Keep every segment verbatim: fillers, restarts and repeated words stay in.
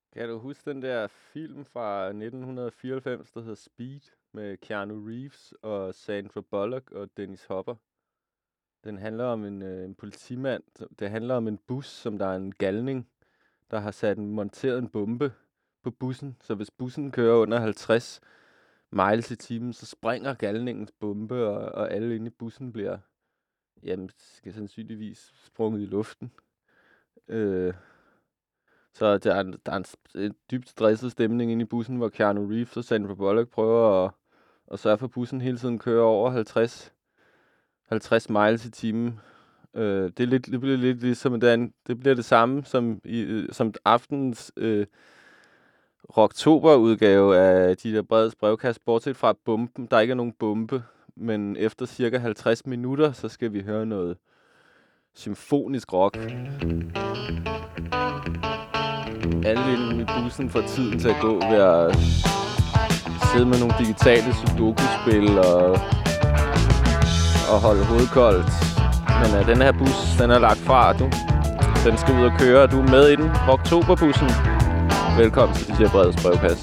Kan du huske den der film fra nitten fireoghalvfems, der hedder Speed, med Keanu Reeves og Sandra Bullock og Dennis Hopper? Den handler om en, øh, en politimand. Det handler om en bus, som der er en galning, der har sat en, monteret en bombe på bussen. Så hvis bussen kører under halvtreds miles i timen, så springer galningens bombe, og, og alle inde i bussen bliver, jamen, skal sandsynligvis sprunget i luften. Øh, så der er, en, der er en, en dybt stresset stemning inde i bussen, hvor Keanu Reeves og Sandra Bullock prøver at, at sørge for, at bussen hele tiden kører over halvtreds, halvtreds miles i timen. Øh, det, er lidt, det bliver lidt ligesom den, det bliver det samme som i øh, som aftenens øh, Rocktober-udgave af de der Breds brevkast, bortset fra bomben. Der ikke er nogen bombe, men efter cirka halvtreds minutter, så skal vi høre noget symfonisk rock. Alle inde i bussen får tiden til at gå ved at sidde med nogle digitale sudoku-spil og, og holde hovedet koldt. Men uh, den her bus, den er lagt fra, du. Den skal ud og køre, og du er med i den. Rocktoberbussen. Velkommen til D J Breds brevkasse.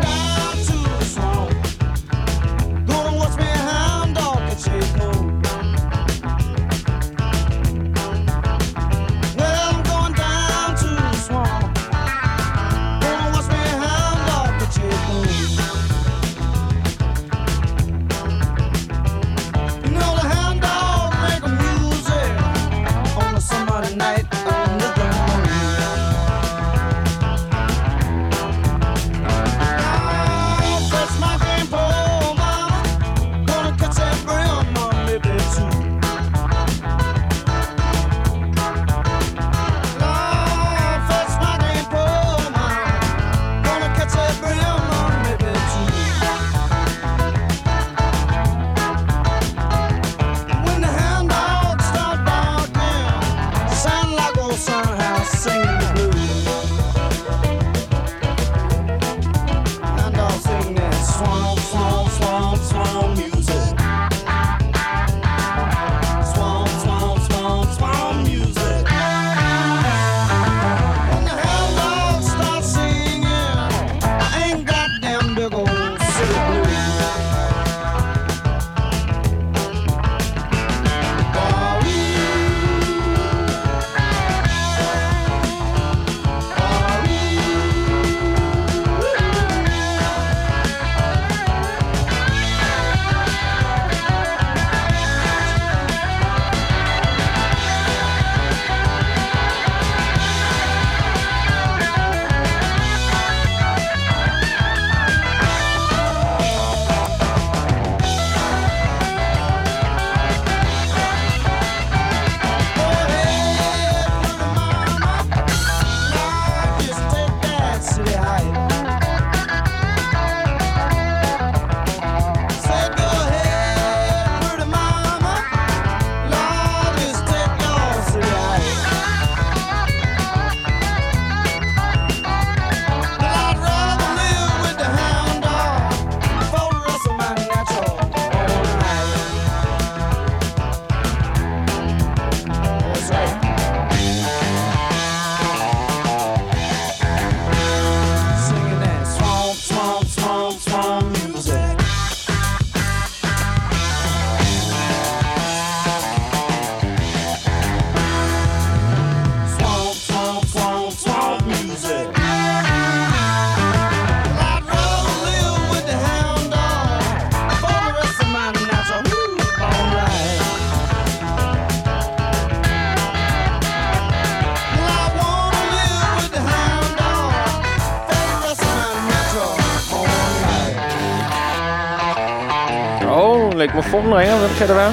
Mikrofonen ringer. Hvem kan det være?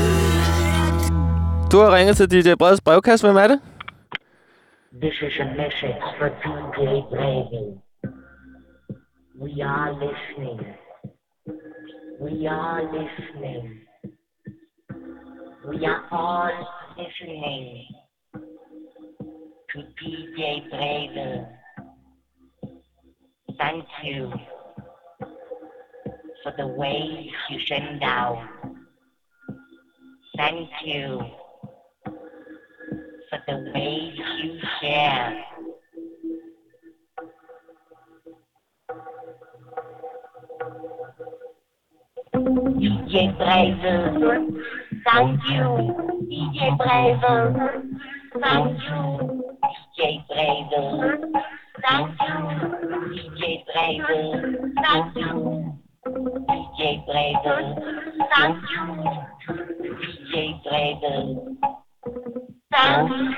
Du har ringet til D J Breds brevkasse. Hvem er det? This is a message for D J Brede. We are listening. We are listening. We are all listening to D J Brede. Thank you for the waves you send out. Thank you for the ways you share. D J Brevet. Thank you, D J Brevet. Thank you, D J Brevet. Thank you, D J Brevet. Thank you, D J Brevet. Thank you, D J Brevet. Thank you.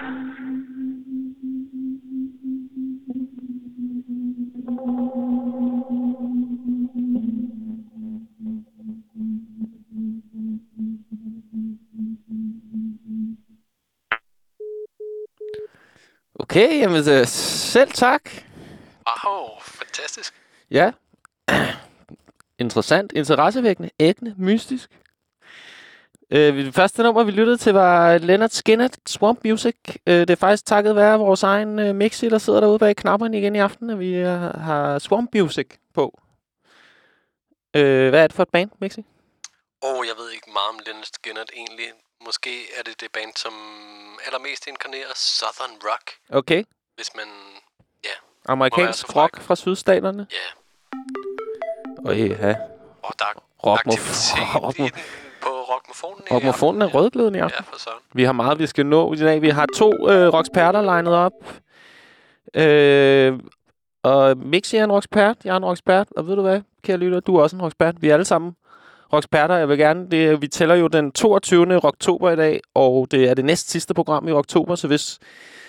Okay, jamen øh, selv tak. Wow, fantastisk. Ja. Interessant, interessevækkende, æggende, mystisk. Øh, det første nummer, vi lyttede til, var Leonard Skinner, Swamp Music. Øh, det er faktisk takket være vores egen øh, mixi, der sidder derude bag knapperne igen i aften, at vi øh, har Swamp Music på. Øh, hvad er det for et band, Mixi? Åh, oh, jeg ved ikke meget om Leonard Skinner egentlig. Måske er det det band, som allermest inkarnerer Southern Rock. Okay. Hvis man, ja. Amerikansk rock fra sydstaterne? Ja. Og ja. Og der er rockmof- aktivitet på rockmofonen. Rockmofonen er rødglødende i aften. Ja, for sådan. Vi har meget, vi skal nå i dag. Vi har to øh, rocksperter legnet op. Øh, og Mixi er en rockspert, jeg er en rockspert. Og ved du hvad, kære lytter, du er også en rockspert. Vi er alle sammen rocksperter. Jeg vil gerne, det, vi tæller jo den toogtyvende oktober i dag, og det er det næst sidste program i oktober, så hvis,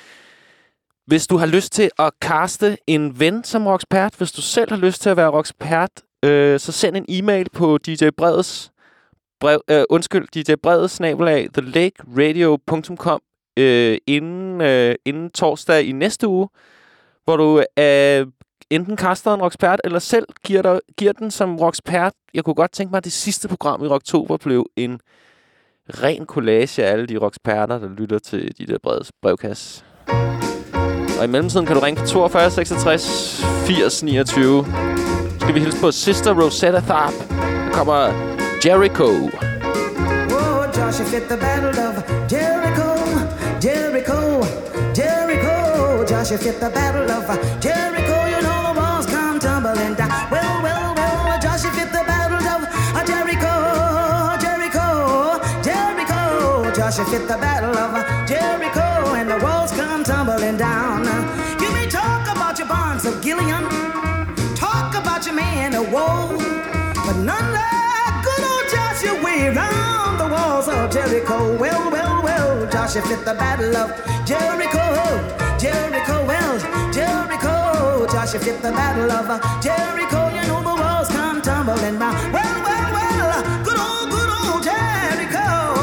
hvis du har lyst til at kaste en ven som rockspert, hvis du selv har lyst til at være rockspert, øh, så send en e-mail på D J Breds brev, øh, undskyld, D J Breds snabelag the lake radio punktum com øh, inden, øh, inden torsdag i næste uge, hvor du øh, enten kaster en rockspert, eller selv giver, dig, giver den som rockspert. Jeg kunne godt tænke mig, at det sidste program i oktober blev en ren collage af alle de rocksperter, der lytter til de der Breds brevkasse. Og i mellemtiden kan du ringe på toogfyrre seksogtres firs niogtyve. Skal vi hilse på Sister Rosetta Tharpe. Der kommer Jericho. Oh, Joshua fit the battle of Jericho, Jericho, Jericho. Joshua fit the battle of Jericho. You know the walls come tumbling down. Well, well, well, Joshua fit the battle of Jericho, Jericho, Jericho. Joshua fit the battle of Jericho, and the walls come tumbling down. You may talk about your bonds of Gilead, talk about your man of woe, but none like good old Joshua way round the walls of Jericho. Well, well, well, Joshua fit the battle of Jericho, Jericho, well, Jericho. Joshua fit the battle of Jericho. You know the walls come tumbling down. Well, well, well, good old, good old Jericho.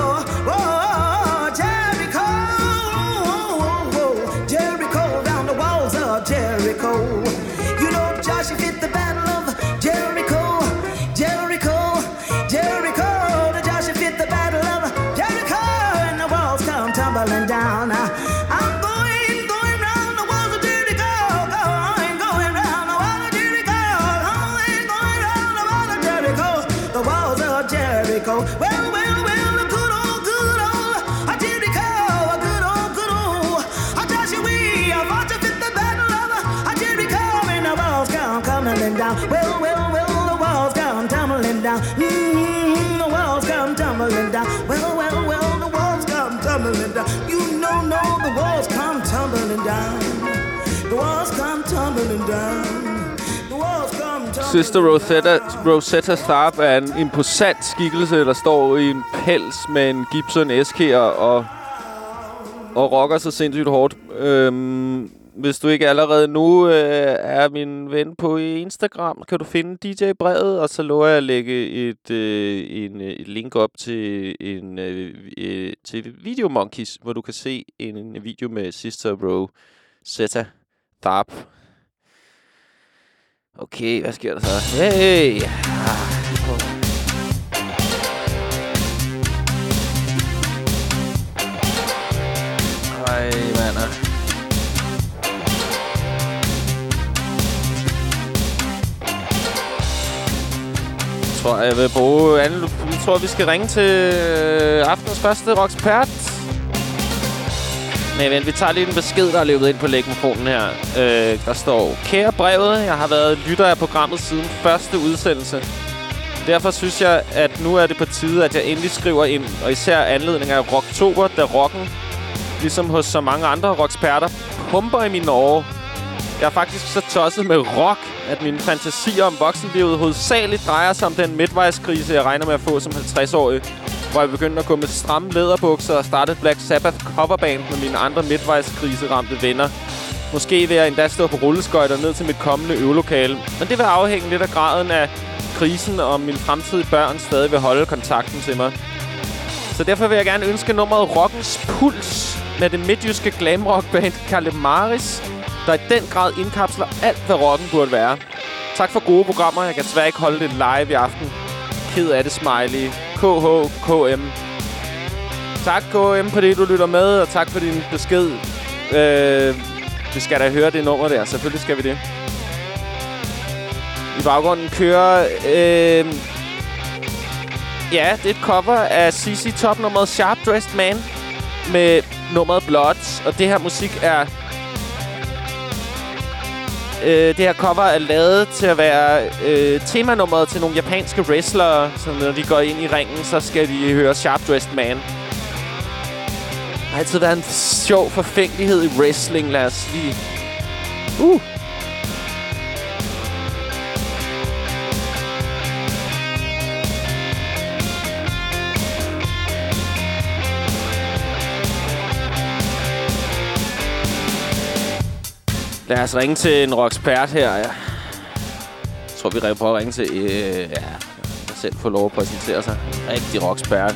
Whoa, Jericho, whoa, whoa, whoa. Jericho, round the walls of Jericho. You know Joshua fit the battle of Jericho, Jericho, Jericho. The Joshua fit the battle of Jericho, and the walls come tumbling down. I'm going, going round the walls of Jericho, going, going round the walls of Jericho, going, going round the walls of Jericho, the walls of Jericho. Well, well, well, a good old, good old a Jericho, a good old, good old a Joshua. We are about to fit the battle of a Jericho, and the walls come tumbling down. Well, well, well, the walls come tumbling down. Mm-hmm, the walls come tumbling down. Well, well, well, the walls come tumbling down. You know, no, the walls come tumbling down. The walls come tumbling down. The walls come tumbling Sister Rosetta, Rosetta Tharpe er en imposant skikkelse, der står i en pels med en Gibson S K'er og, og rocker så sindssygt hårdt. Øhm, hvis du ikke allerede nu øh, er min ven på Instagram, kan du finde D J Brevet, og så lover jeg at lægge et, øh, en, et link op til en øh, øh, til Video Monkeys, hvor du kan se en, en video med Sister Rosetta Tharpe. Okay, hvad sker der så? Hey! Ej, mander. Jeg tror, jeg vil bruge... Jeg tror, vi skal ringe til aftens første rockspert. Men vent, vi tager lige en besked, der er løbet ind på lægmofonen her. Øh, der står, kære Brevet, jeg har været lytter af programmet siden første udsendelse. Derfor synes jeg, at nu er det på tide, at jeg endelig skriver ind, og især anledning af Rocktober, da rocken, ligesom hos så mange andre rocksperter, pumper i mine åre. Jeg er faktisk så tosset med rock, at mine fantasier om voksenlivet hovedsageligt drejer sig om den midtvejskrise, jeg regner med at få som halvtreds-årig, hvor jeg begyndte at gå med stramme læderbukser og starte Black Sabbath coverband med mine andre midtvejskrise-ramte venner. Måske vil jeg endda stå på rulleskøjter ned til mit kommende øvelokale, men det vil afhænge lidt af graden af krisen, og mine fremtidige børn stadig vil holde kontakten til mig. Så derfor vil jeg gerne ønske nummeret Rockens Puls med det midtjyske glamrockband Kalemaris, der i den grad indkapsler alt, hvad rocken burde være. Tak for gode programmer. Jeg kan desværre ikke holde det live i aften. Ked af det, smiley. K H K M. Tak, K M, fordi du lytter med, og tak for din besked. Øh, vi skal da høre det nummer der. Selvfølgelig skal vi det. I baggrunden kører... Øh, ja, det er et cover af C C Top nummeret Sharp Dressed Man med nummeret Bloods. Og det her musik er... Øh, det her cover er lavet til at være øh, temanummeret til nogle japanske wrestlere. Så når de går ind i ringen, så skal de høre Sharp Dressed Man. Der har altid været en sjov forfængelighed i wrestling, lad os lige... Uh! Lad os ringe til en rockspert her, ja. Jeg tror, vi prøver at ringe til... Øh, ja, jeg selv får lov at præsentere sig. Rigtig rockspert.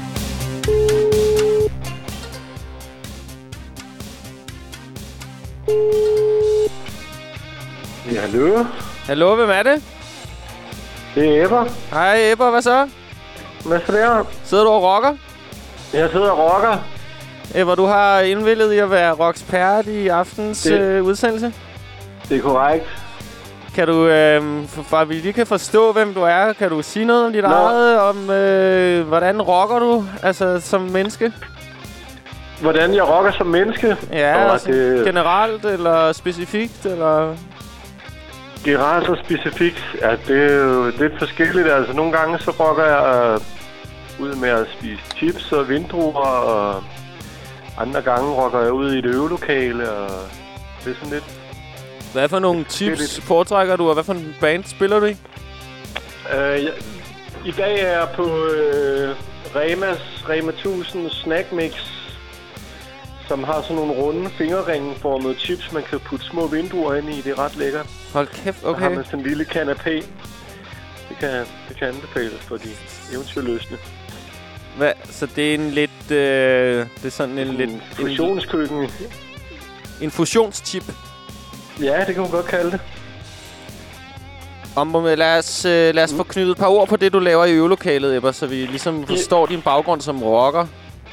Ja, hallo? Hallo, hvem er det? Det er Ebber. Hej, Ebber, hvad så? Hvad så der? Sidder du og rocker? Jeg sidder og rocker. Ebber, du har indvillet i at være rockspert i aftens det, øh, udsendelse? Det er korrekt. Kan du, øh, for, for at vi lige kan forstå, hvem du er, kan du sige noget om dit Nå. eget, om øh, hvordan rocker du, altså som menneske? Hvordan jeg rocker som menneske? Ja, og altså, det, generelt eller specifikt, eller... Generelt og specifikt, ja, det er jo lidt forskelligt. Altså, nogle gange så rocker jeg øh, ud med at spise chips og vindruer, og andre gange rocker jeg ud i et øvelokale, og det er sådan lidt... Hvad for nogle tips foretrækker du, og hvad for en band spiller du i? Øh, jeg, I dag er jeg på øh, Remas Rema tusind Snack Mix, som har sådan nogle runde fingerringeformede chips, man kan putte små vinduer ind i. Det er ret lækkert. Hold kæft, okay. Så har man sådan en lille canapé. Det kan, det kan anbefales for de eventyrløsne. Hvad? Så det er en lidt... Øh, det er sådan en, en lidt... fusionskøkken. En, en fusionschip. Ja, det kan man godt kalde det. Om, lad os, øh, lad os mm. få knyttet et par ord på det, du laver i øvelokalet, Ebber, så vi ligesom forstår din baggrund som rocker.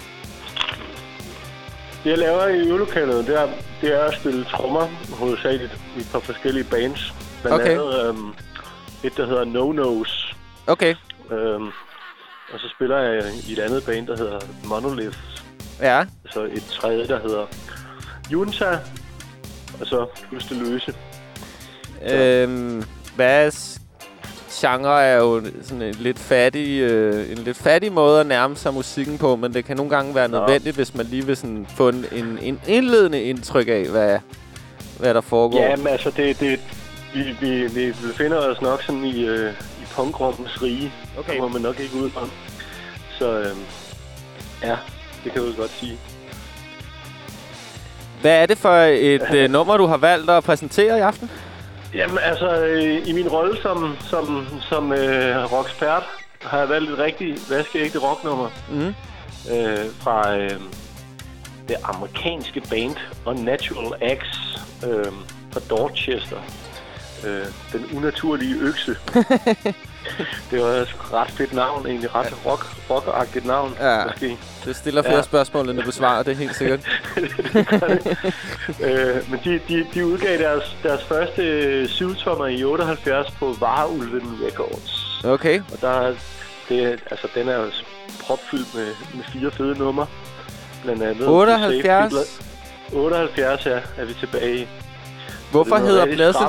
Det, jeg laver i øvelokalet, det er, det er at spille trommer, hovedsageligt i et par forskellige bands. Blandt okay. andet øhm, et, der hedder No Nose. Okay. Øhm, og så spiller jeg i et andet band, der hedder Monolith. Ja. Så et tredje, der hedder Junta. Og så plus det løse. Øhm, hvad genre er jo sådan en lidt fattig, øh, en lidt fattig måde at nærme sig musikken på, men det kan nogle gange være nødvendigt, hvis man lige vil sådan få en, en, en indledende indtryk af, hvad, hvad der foregår. Ja, men altså, det, det, vi, vi, vi befinder os nok sådan i, øh, i punkrockens rige. Okay. Der må man nok ikke ud om. Så øh, ja, det kan jeg godt sige. Hvad er det for et øh, nummer, du har valgt at præsentere i aften? Jamen altså, øh, i min rolle som, som, som øh, rockspert har jeg valgt et rigtig vaskeægte rocknummer. Mm. Øh, fra øh, det amerikanske band Unnatural Acts øh, fra Dorchester. Øh, den unaturlige økse. Det var et ret fedt navn, egentlig ret rock, rock-agtigt navn. Ja, måske. Det stiller flere ja. spørgsmål, end du besvarer, det er helt sikkert. det gør det. øh, men de, de, de udgav deres, deres første syvtommer i otteoghalvfjerds på Varulven Records. Okay. Og der, det, altså, den er jo propfyldt med, med fire fede numre. Blandt andet otteoghalvfjerds? otteoghalvfjerds, ja, er vi tilbage i. Hvorfor hedder, pladset,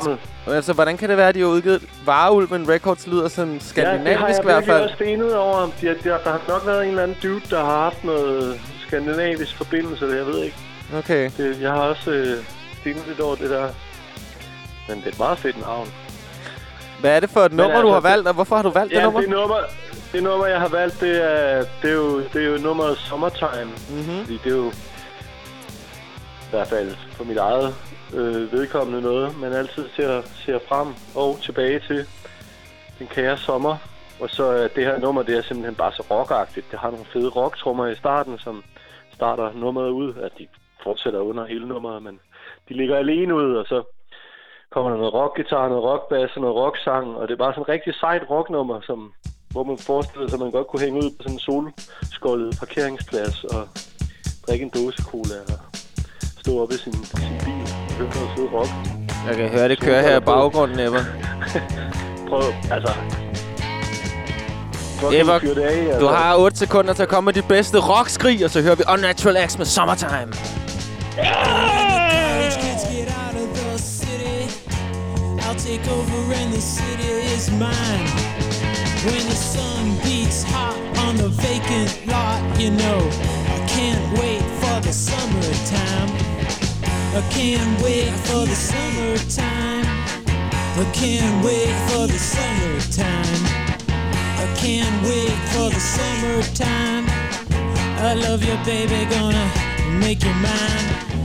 Altså, hvordan kan det være, at de har udgivet Varulven Records, lyder sådan skandinavisk i hvert fald? Ja, det har jeg virkelig også stenet over. Der, der, der har nok været en eller anden dude, der har haft noget skandinavisk forbindelse, jeg ved ikke. Okay. Det, jeg har også øh, stenet lidt over det der. Men det er et meget fedt navn. Hvad er det for et nummer, altså, du har valgt, og hvorfor har du valgt ja, det nummer? Det nummer, det nummer, jeg har valgt, det er, det er, jo, det er jo nummeret Summertime. Mm-hmm. Fordi det er jo i hvert fald for mit eget øh, vedkommende noget, man altid ser, ser frem og tilbage til den kære sommer. Og så øh, det her nummer, det er simpelthen bare så rockagtigt. Det har nogle fede rocktrummer i starten, som starter nummeret ud. At de fortsætter under hele nummeret, men de ligger alene ud, og så kommer der noget rockgitar, noget rockbass og noget rocksang. Og det er bare sådan et rigtig sejt rocknummer, som, hvor man forestiller sig, at man godt kunne hænge ud på sådan en solskålet parkeringsplads og drikke en dåse cola og stå oppe i sin, sin bil og høre noget fed rock. Jeg kan høre det køre her i baggrunden, Ebber. Prøv, altså... Ebber, af, altså. Du har otte sekunder til at komme med de bedste rockskrig, og så hører vi Unnatural Acts med Summertime. I'll take over and the city is mine. When the sun beats hot on the vacant lot, you know, I can't wait for the summertime. I can't wait for the summertime. I can't wait for the summertime. I can't wait for the summertime. I love you, baby, gonna make you mine.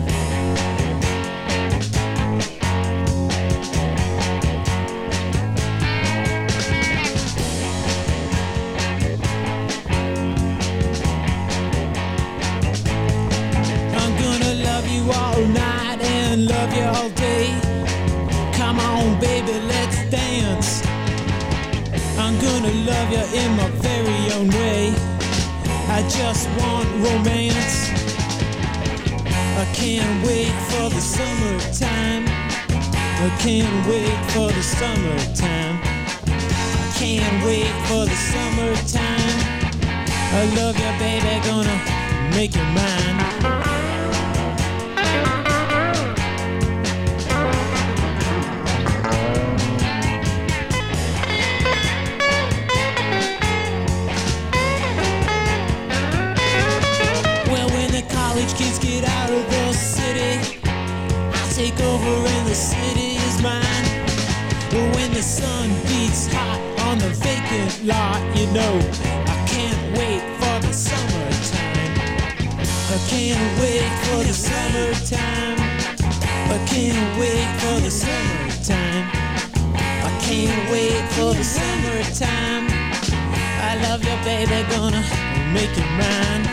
All night and love you all day. Come on, baby, let's dance. I'm gonna love you in my very own way. I just want romance. I can't wait for the summertime. I can't wait for the summertime. I can't wait for the summertime. I love you, baby, gonna make you mine. Kids get out of the city, I'll take over and the city is mine. When the sun beats hot on the vacant lot, you know, I can't wait for the summertime. I can't wait for the summertime. I can't wait for the summertime. I can't wait for the summertime. I love you, baby, gonna make you mine.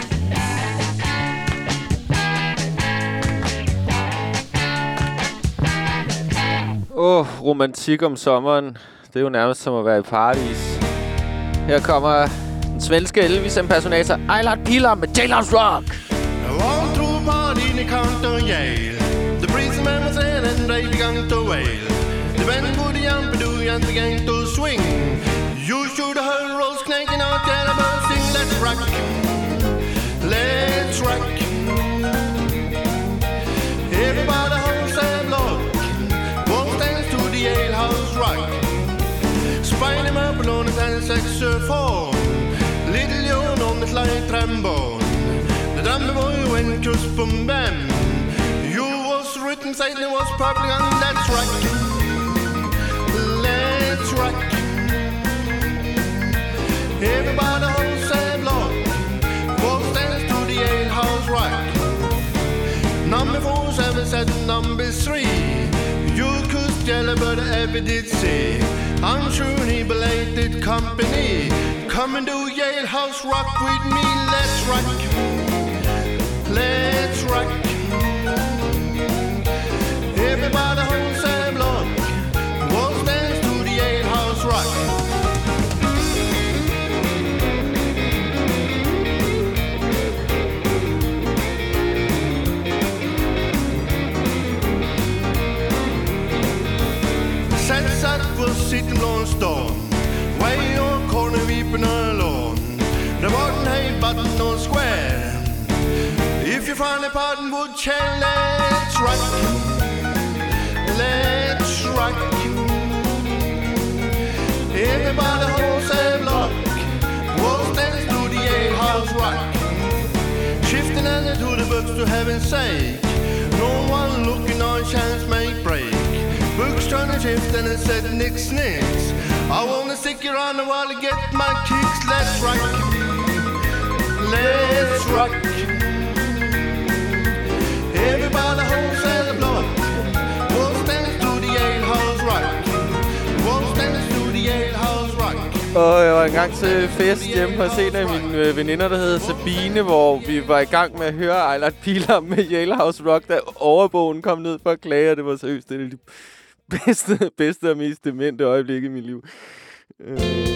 Åh, oh, romantik om sommeren. Det er jo nærmest som at være i paradis. Her kommer den svenske Elvis-impersonator Eilert Pilar med Jailhouse Rock. I walked through a party in the county Yale. The prison man was in and they began to wail. The band put the yampedoo and began to swing. You should have heard rolls knacking out there about sing. Let's rock, let's rock. Everybody holds their blood. Jailhouse Rock. Spine him up on his hand saxophone. Little John on his light trombone. The drummer boy went cross boom bam. You was written saying it was public and let's rock. Let's rock. Everybody holds their blood. Walk dance to the Jailhouse Rock. Number four, seven, seven, number three. You could tell but I ever did say I'm sure he belated company. Come and do Jailhouse Rock with me. Let's rock. Let's rock. Everybody holds their blood. Walk dance to the Jailhouse Rock. Sat på sitten blå storm. Way on corner weeping alone. The button hey button on square. If you find a button would chant, let's rock. Let's rock. Everybody holds a block. Won't dance to the alehouse rock. Shifting and to the books to heaven's sake. No one looking on chance make break. Books trying to shift and it said nix nix. I wanna stick you on while I get my kicks. Let's rock. Let's rock. Everybody holds a block. Won't dance to the alehouse rock. Won't dance to the alehouse rock. Og jeg var engang til fest hjemme hos en af mine øh, veninder, der hedder Sabine, hvor vi var i gang med at høre Eilert Pihlom med Jailhouse Rock, da overbogen kom ned for at klage, og det var seriøst det er de bedste, bedste og mest demente øjeblikke i mit liv. Øh.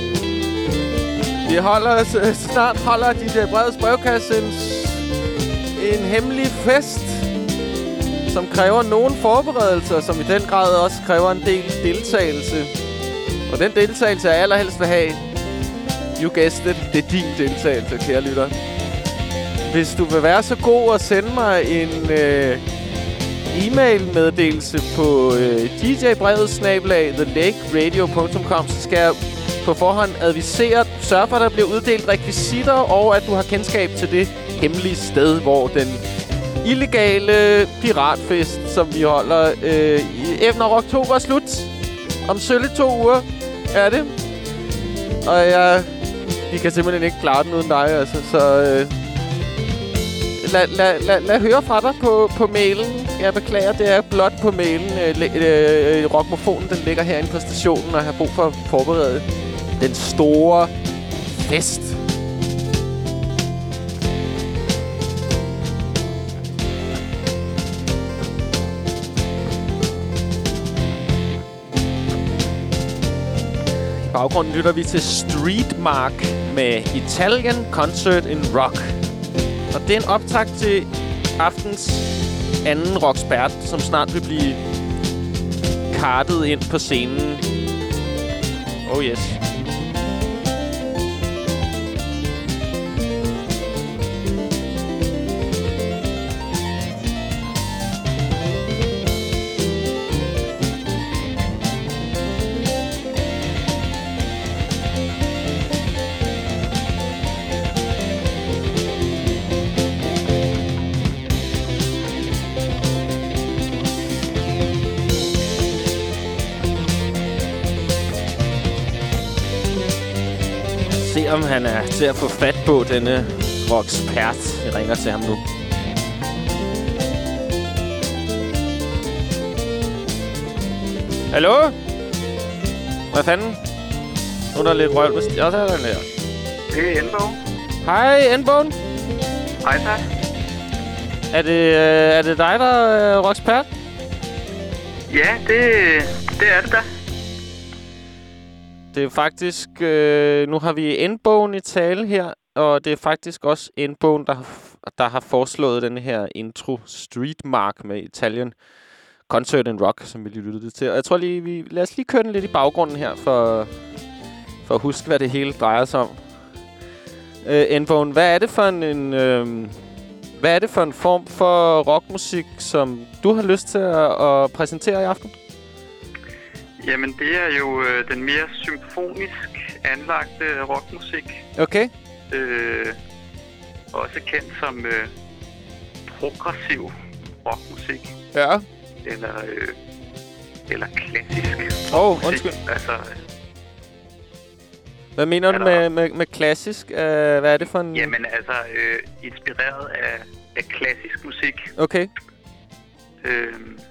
Vi holder snart holder de der brevets brevkasse en, en hemmelig fest, som kræver nogle forberedelser, som i den grad også kræver en del deltagelse. Og den deltagelse, jeg allerhelst vil have, you guessed it, det er din deltagelse, kære lytter. Hvis du vil være så god at sende mig en øh, e-mail-meddelelse på øh, d j brevet snabel-a the lake radio punktum com, så skal jeg på forhånd advisere, sørge for, at der bliver uddelt rekvisitter, og at du har kendskab til det hemmelige sted, hvor den illegale piratfest, som vi holder øh, i, når oktober er slut. Om sølle to uger er det. Og jeg... Vi kan simpelthen ikke klare den uden dig, altså. Så... Øh, lad, lad, lad, lad høre fra dig på, på mailen. Jeg beklager, det er blot på mailen. Øh, øh, Rockmofonen, den ligger herinde på stationen, og jeg har brug for at forberede den store fest. I baggrunden lytter vi til Streetmark med Italian Concert in Rock. Og det er en optakt til aftens anden rockspert, som snart vil blive kartet ind på scenen. Oh yes. Se om han er til at få fat på denne rockspert. Jeg ringer til ham nu. Hallo? Hvad fanden? Nu er der lidt røv. Ja, så er der der. Det er Endbogen. Hej, Endbogen. Hej, tak. Er det, øh, er det dig, der er rockspert? Ja, det, det er det da. Det er faktisk... Øh, nu har vi Endbogen i tale her, og det er faktisk også Endbogen, der har, der har foreslået den her intro Streetmark med Italian Concert in Rock, som vi lige lyttede til. Og jeg tror lige, vi... Lad os lige køre den lidt i baggrunden her, for, for at huske, hvad det hele drejer sig om. Øh, Endbogen, hvad er det for en... en øh, hvad er det for en form for rockmusik, som du har lyst til at, at præsentere i aften? Jamen, det er jo øh, den mere symfonisk anlagte rockmusik. Okay. Øh, også kendt som øh, progressiv rockmusik. Ja. Eller, øh, eller klassisk. Åh, oh, undskyld. Altså, hvad mener du med, med, med klassisk? Uh, hvad er det for en... Jamen, altså, øh, inspireret af, af klassisk musik. Okay. Øh,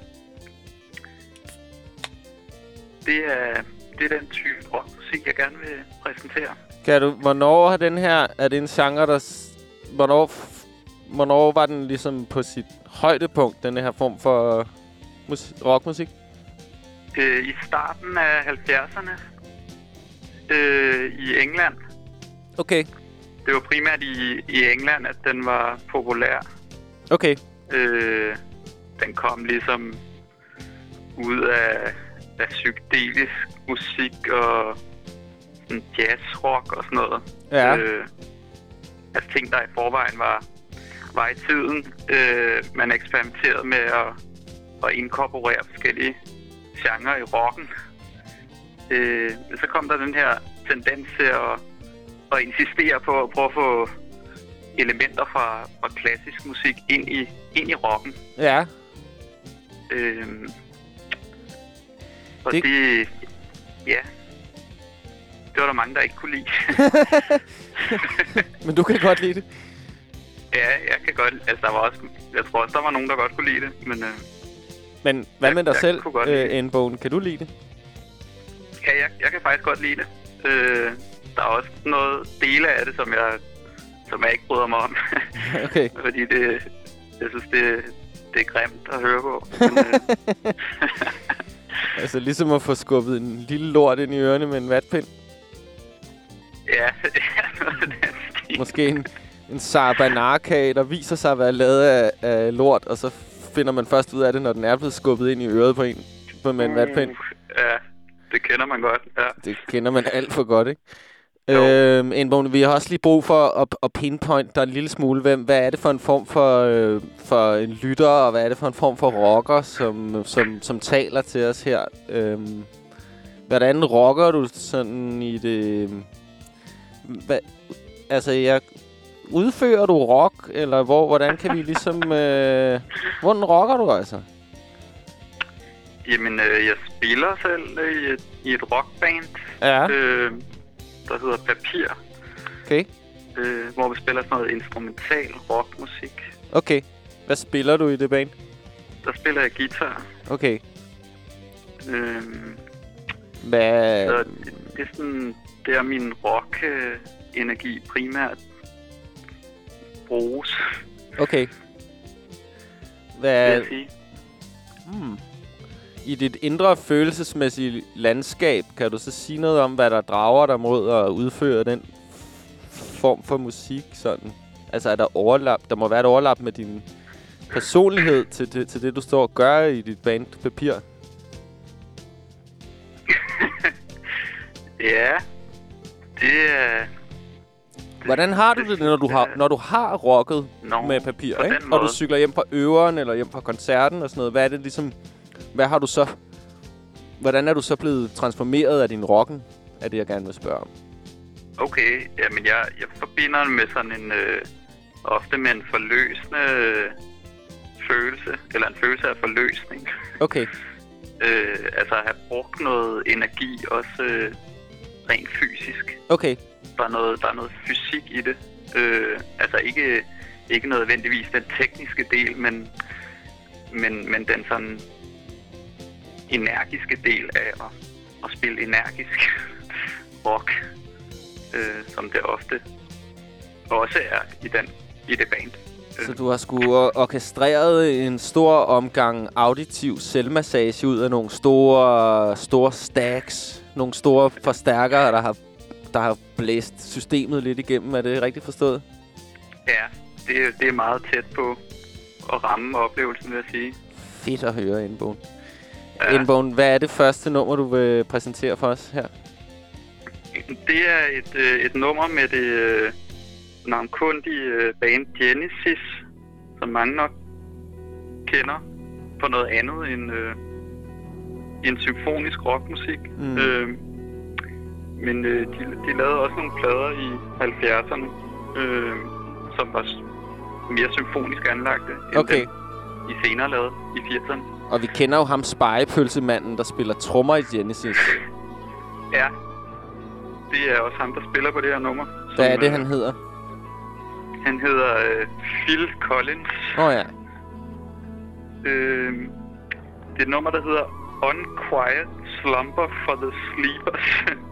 Det er, det er den type rockmusik, jeg gerne vil præsentere. Kan du, hvornår har den her, er det en genre, der, hvornår, hvornår var den ligesom på sit højdepunkt, den her form for musik, rockmusik? Øh, I starten af halvfjerdserne øh, i England. Okay. Det var primært i, i England, at den var populær. Okay. Øh, den kom ligesom ud af... af psykedelisk musik og sådan jazzrock og sådan noget. Ja. Øh, altså ting, der i forvejen var, var i tiden. Øh, man eksperimenterede med at, at inkorporere forskellige genrer i rocken. øh, så kom der den her tendens til at, at insistere på at prøve at få elementer fra, fra klassisk musik ind i, ind i rocken. Ja. Øh, og det... det... Ja. Det var der mange, der ikke kunne lide. Men du kan godt lide det? Ja, jeg kan godt... Altså, der var også... Jeg tror også, der var nogen, der godt kunne lide det, men... Øh, men hvad jeg, med dig jeg selv, øh, N-Bone? Kan du lide det? Ja, jeg, jeg kan faktisk godt lide det. Øh, der er også noget dele af det, som jeg, som jeg ikke bryder mig om. Okay. Fordi det... Jeg synes, det, det er grimt at høre på. Men, øh, altså ligesom at få skubbet en lille lort ind i ørerne med en vatpind? Ja, noget af den stil. Måske en, en sarbanarkage, der viser sig at være lavet af, af lort, og så finder man først ud af det, når den er blevet skubbet ind i øret på en med en vatpind. Uh, ja, det kender man godt, ja. Det kender man alt for godt, ikke? Øhm, N-Bone, vi har også lige brug for at, at pinpointe dig en lille smule. Hvem, hvad er det for en form for, øh, for en lytter, og hvad er det for en form for rocker, som, som, som taler til os her? Øhm, hvordan rocker du sådan i det... Hvad, altså, jeg... Udfører du rock, eller hvor, hvordan kan vi ligesom... Øh, hvordan rocker du altså? Jamen, øh, jeg spiller selv i et, i et rockband, ja. øh, der hedder Papir. Okay. Øh, hvor vi spiller sådan noget instrumental rockmusik. Okay. Hvad spiller du i det band? Der spiller jeg guitar. Okay. Øh, Hvad... Så det, det er sådan... Det er min rock-energi primært bruges. Okay. Hvad... Vil jeg sige. Hmm. I dit indre følelsesmæssige landskab, kan du så sige noget om, hvad der drager dig mod at udføre den form for musik? Sådan? Altså, er der overlap? Der må være et overlap med din personlighed til det, til det du står og gør i dit band Papir. Ja, det er... Hvordan har du det, når du har, når du har rocket no, med Papir, ikke? Og du cykler hjem fra øveren eller hjem fra koncerten og sådan noget? Hvad er det ligesom... Hvad har du så... Hvordan er du så blevet transformeret af din rocken? Er det, jeg gerne vil spørge om. Okay, jamen jeg, jeg forbinder den med sådan en... Øh, ofte med en forløsende øh, følelse. Eller en følelse af forløsning. Okay. øh, altså at have brugt noget energi, også øh, rent fysisk. Okay. Der er noget, der er noget fysik i det. Øh, altså ikke, ikke nødvendigvis den tekniske del, men, men, men den sådan energiske del af at, at spille energisk rock, øh, som det ofte også er i, den, i det band. Så du har sgu orkestreret en stor omgang auditiv selvmassage ud af nogle store, store stacks, nogle store forstærkere, der har der har blæst systemet lidt igennem. Er det rigtigt forstået? Ja, det, det er meget tæt på at ramme oplevelsen, vil jeg sige. Fedt at høre, N-Bone. Ja. N-Bone, hvad er det første nummer, du vil præsentere for os her? Det er et, et nummer med det øh, navnkundige band Genesis, som mange nok kender for noget andet end, øh, end symfonisk rockmusik. Mm. Øh, Men øh, de, de lavede også nogle plader i halvfjerdserne, øh, som var mere symfonisk anlagte, end okay. dem, de senere lavede i firserne. Og vi kender jo ham spegepølsemanden, der spiller trommer i Genesis. Ja, det er også ham, der spiller på det her nummer. Hvad er det, øh, han hedder? Han hedder øh, Phil Collins. Åh oh, ja. Øh, det er et nummer, der hedder Unquiet Slumber for the Sleepers.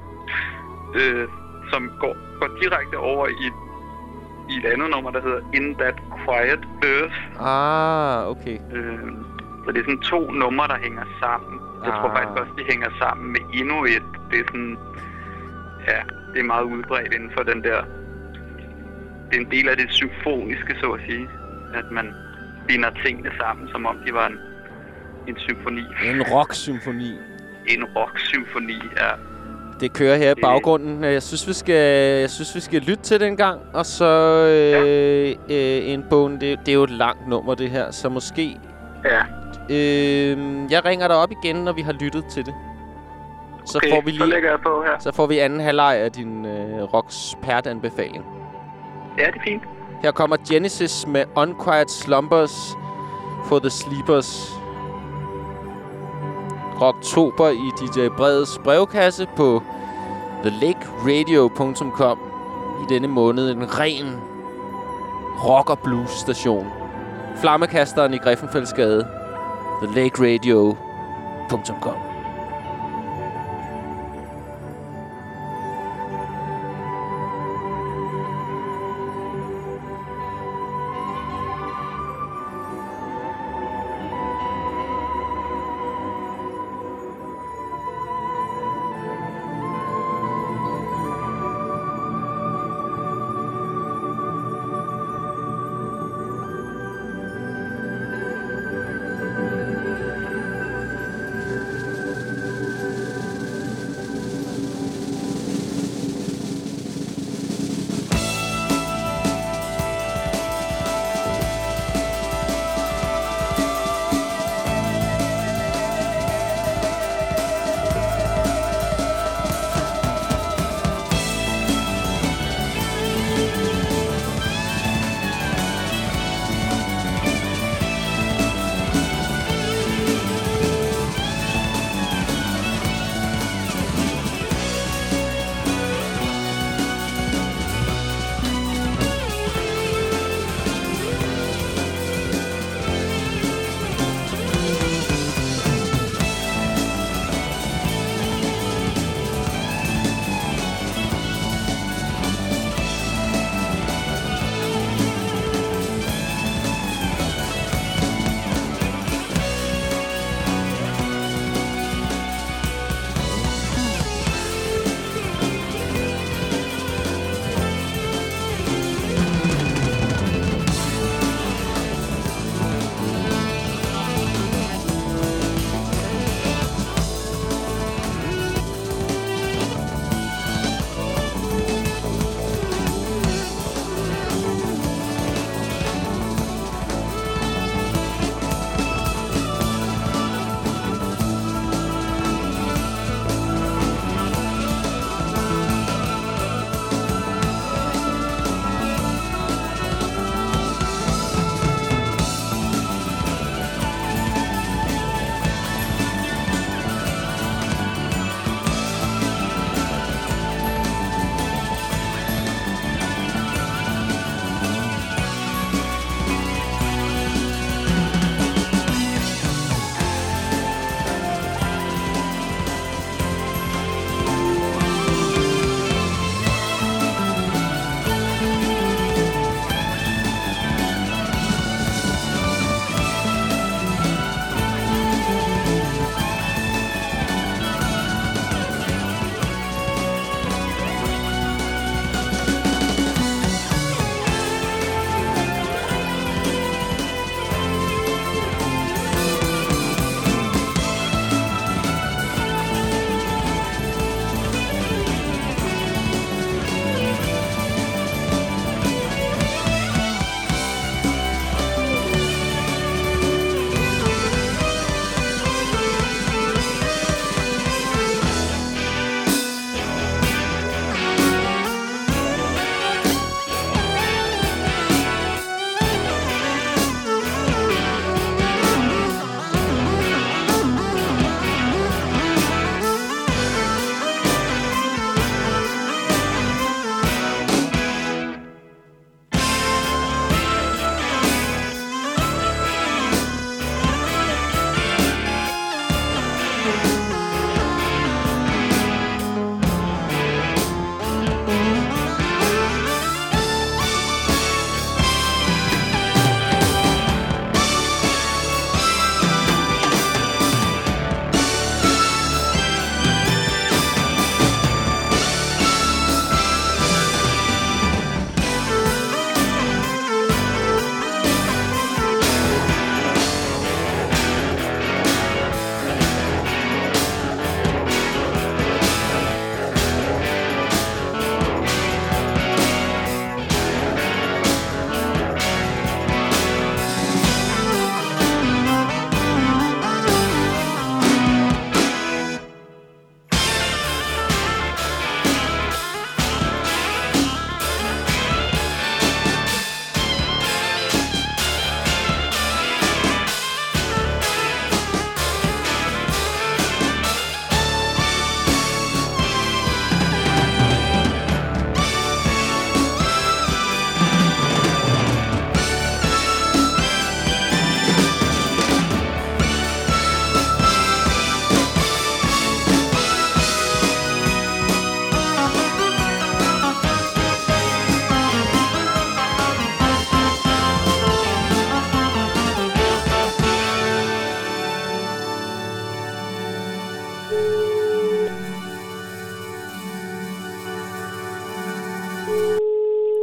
Øh, som går, går direkte over i, i et andet nummer, der hedder In That Quiet Earth. Ah, okay. Øh, så det er sådan to numre, der hænger sammen. Jeg ah. tror faktisk også, de hænger sammen med endnu et. Det er sådan... Ja, det er meget udbredt inden for den der... Det er en del af det symfoniske, så at sige. At man binder tingene sammen, som om de var en, en symfoni. En rock-symfoni. En rock-symfoni, ja. Det kører her i baggrunden. Jeg synes, vi skal, jeg synes, vi skal lytte til det en gang. Og så øh, ja. øh, en bog. Det, det er jo et langt nummer, det her. Så måske... Ja. Øh, jeg ringer dig op igen, når vi har lyttet til det. Så Okay, får vi lige, så lægger jeg på her. Så får vi anden halvleg af din øh, rockspert-anbefaling. Ja, det er fint. Her kommer Genesis med Unquiet Slumbers for the Sleepers. Rocktober i D J Breds brevkasse på the lake radio punktum com. I denne måned en ren rock- og blues-station. Flammekasteren i Griffenfeldsgade. the lake radio punktum com.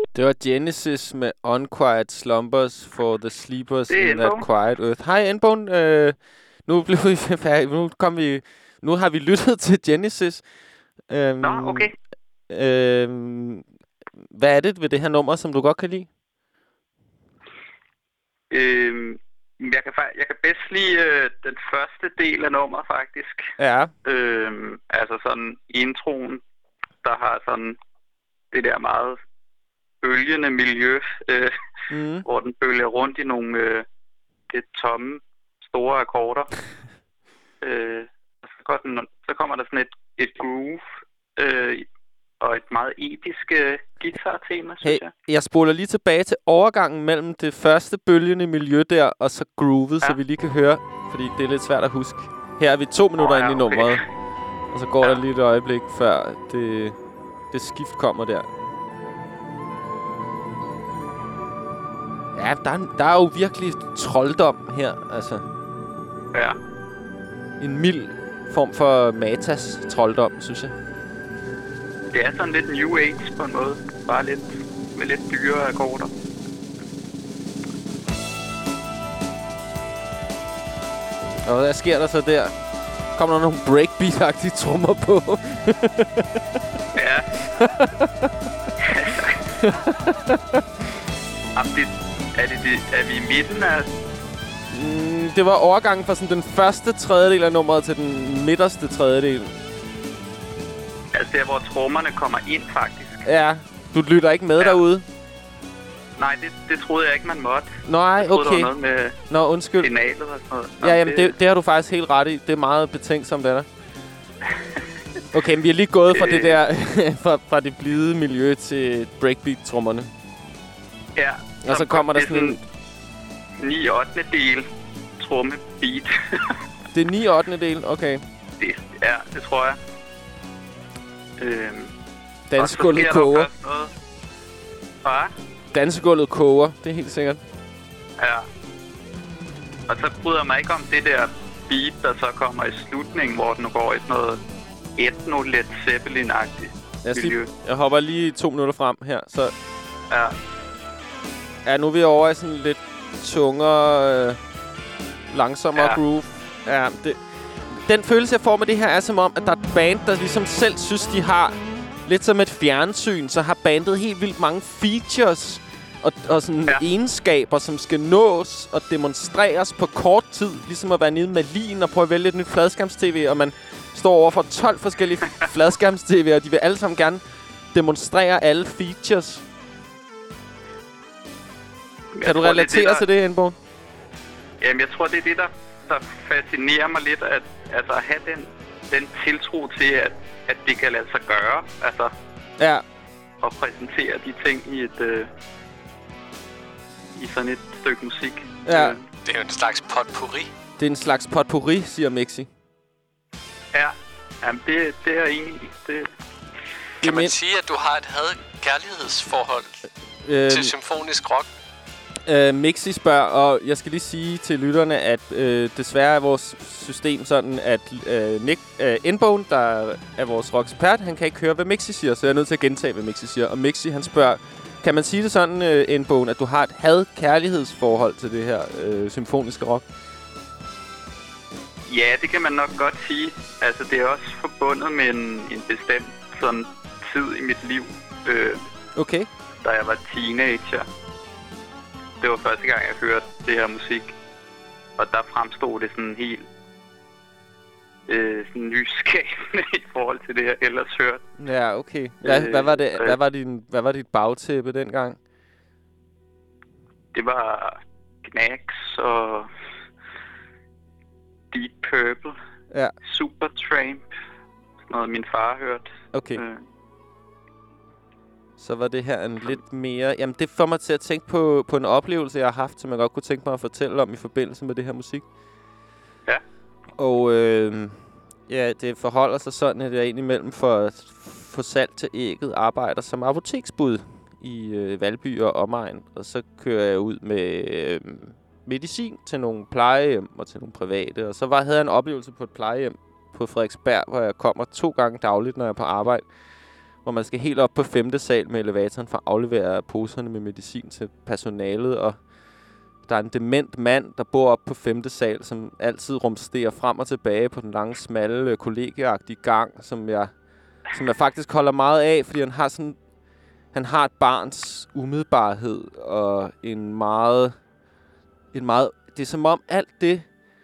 Det var Genesis med Unquiet Slumbers for the Sleepers in Endbone. That Quiet Earth. Hej Endbone. Øh, nu blev vi færdige. Nu kom vi. Nu har vi lyttet til Genesis. Øhm, Nå, okay. Øhm, hvad er det ved det her nummer, som du godt kan lide? Øhm, jeg, kan, fa- jeg kan bedst lide øh, den første del af nummeret, faktisk. Ja. Øhm, altså sådan introen, der har sådan det der meget bølgende miljø, øh, Mm. hvor den bølger rundt i nogle øh, lidt tomme, store akkorder. øh, og så, går den, så kommer der sådan et, et groove øh, og et meget episk øh, guitar-tema, synes Hey, jeg. jeg spoler lige tilbage til overgangen mellem det første bølgende miljø der, og så groovet, ja. Så vi lige kan høre, fordi det er lidt svært at huske. Her er vi to minutter oh, ja, inde i okay. nummeret, og så går ja. der lige et øjeblik, før det, det skift kommer der. Ja, der er, der er jo virkelig trolddom her, altså. Ja. En mild form for Matas trolddom, synes jeg. Det er sådan lidt New Age på en måde. Bare lidt med lidt dyre akkorder. Og hvad sker der så der? Kommer der nogle breakbeat-agtige trommer på? Ja. Jamen, det, er, det, det, er vi i midten af... Mm, det var overgangen fra sådan den første tredjedel af nummeret til den midterste tredjedel. Altså der, hvor trommerne kommer ind, faktisk. Ja, du lytter ikke med ja. derude? Nej, det, det troede jeg ikke, man måtte. Nej, jeg troede, okay. Der var noget med Nå, undskyld. signalet og sådan noget. Nå, ja, jamen, det, det har du faktisk helt ret i. Det er meget betænksomt, det der. Okay, men vi er lige gået fra det der, fra, fra det blide miljø til breakbeat-trommerne. Ja. Og så kommer der sådan en... ni ottende del trommebeat. Det er ni ottende del, okay. Det, ja, det tror jeg. Øhm, Dansegulvet koger. Hvad? Dansegulvet koger, det er helt sikkert. Ja. Og så bryder jeg mig ikke om det der beat, der så kommer i slutningen, hvor den går i sådan noget etno-Led Zeppelin-agtigt miljø. Lige, jeg hopper lige to minutter frem her, så... Ja. Ja, nu er vi over i sådan lidt tungere, øh, langsommere ja. groove. Ja, det, den følelse, jeg får med det her, er som om, at der er et band, der ligesom selv synes, de har... Lidt som et fjernsyn, så har bandet helt vildt mange features og, og sådan ja. egenskaber, som skal nås og demonstreres på kort tid. Ligesom at være nede med Malin og prøve at vælge et nyt fladskærms-tv, og man står over for tolv forskellige fladskærms-tv, og de vil alle sammen gerne demonstrere alle features. Jeg kan du relatere det, det, der... til det, Endbo? Jamen, jeg tror, det er det, der, der fascinerer mig lidt, at altså, at have den, den tiltro til, at at det kan lade sig gøre, altså, ja. Og præsentere de ting i et, øh, i sådan et stykke musik. Ja. Øh. Det er jo en slags potpourri. Det er en slags potpourri, siger Mixi. Ja, jamen det, det er jeg enig i. Det... Kan man sige, at du har et had-kærlighedsforhold øh, til symfonisk rock? Uh, Mixi spørger, og jeg skal lige sige til lytterne, at uh, desværre er vores system sådan, at uh, Nick uh, Endbone, der er vores rockekspert, han kan ikke høre, hvad Mixi siger, så jeg er nødt til at gentage, hvad Mixi siger. Og Mixi, han spørger, kan man sige det sådan, uh, Endbone, at du har et had-kærlighedsforhold til det her uh, symfoniske rock? Ja, det kan man nok godt sige. Altså, det er også forbundet med en, en bestemt sådan tid i mit liv. Øh, okay. Da jeg var teenager. Det var første gang, jeg hørte det her musik. Og der fremstod det sådan helt øh, sådan nyskabende i forhold til det, jeg ellers hørte. Ja, okay. Hvad, øh, hvad, var, det, øh, hvad, var, din, hvad var dit bagtæppe dengang? Det var Knax og Deep Purple. Ja. Supertramp. Sådan noget, min far hørte. Okay. Øh. Så var det her en lidt mere... Jamen, det får mig til at tænke på, på en oplevelse, jeg har haft, som jeg godt kunne tænke mig at fortælle om i forbindelse med det her musik. Ja. Og øh, ja, det forholder sig sådan, at jeg indimellem for at få salg til ægget arbejder som apoteksbud i øh, Valby og omegn. Og så kører jeg ud med øh, medicin til nogle plejehjem og til nogle private. Og så var, havde jeg en oplevelse på et plejehjem på Frederiksberg, hvor jeg kommer to gange dagligt, når jeg er på arbejde. hvor man skal helt op på femte sal med elevatoren for at aflevere poserne med medicin til personalet, og der er en dement mand, der bor op på femte sal, som altid rumsterer frem og tilbage på den lange, smalle, kollegieagtige gang, som jeg, som jeg faktisk holder meget af, fordi han har sådan, han har et barns umiddelbarhed og en meget, en meget, det er som om alt det,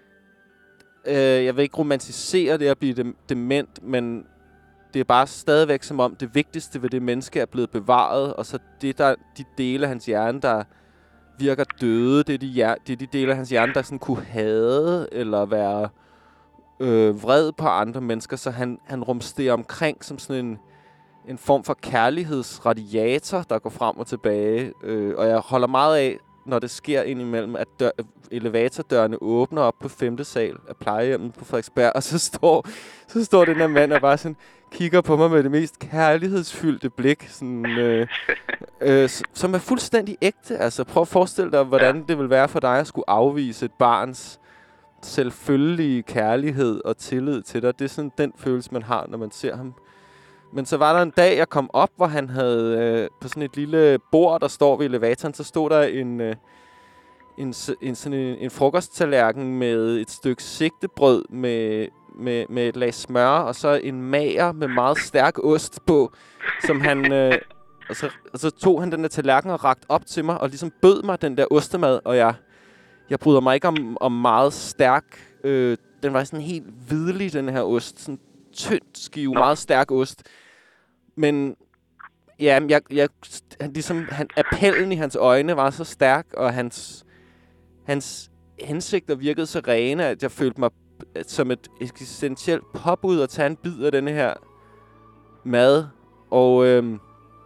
øh, jeg vil ikke romantisere det at blive dem, dement, men det er bare stadigvæk som om det vigtigste ved det menneske er blevet bevaret, og så det der, de dele af hans hjerne, der virker døde, det er de, hjer- det er de dele af hans hjerne, der sådan kunne hade eller være øh, vred på andre mennesker, så han, han rumsterer omkring som sådan en, en form for kærlighedsradiator, der går frem og tilbage. Øh, og jeg holder meget af, når det sker indimellem, at dør- elevatordørene åbner op på femte sal af plejehjemmet på Frederiksberg, og så står, så står den her mand og bare sådan kigger på mig med det mest kærlighedsfyldte blik, sådan, øh, øh, som er fuldstændig ægte. Altså, prøv at forestille dig, hvordan det vil være for dig at skulle afvise et barns selvfølgelige kærlighed og tillid til dig. Det er sådan den følelse, man har, når man ser ham. Men så var der en dag, jeg kom op, hvor han havde øh, på sådan et lille bord, der står ved elevatoren, så stod der en, øh, en, en, sådan en, en frokosttallerken med et stykke sigtebrød med, med, med et lag smør, og så en mager med meget stærk ost på, som han... Øh, og, så, og så tog han den der tallerken og rakte op til mig, og ligesom bød mig den der ostemad, og jeg, jeg bryder mig ikke om, om meget stærk... Øh, den var sådan helt hvidlig, den her ost, sådan tyndt skive, Nå. meget stærk ost. Men ja, jeg, jeg, han, ligesom, han, appellen i hans øjne var så stærk, og hans, hans hensigter virkede så rene, at jeg følte mig som et eksistentielt påbud at tage en bid af denne her mad. Og, øhm,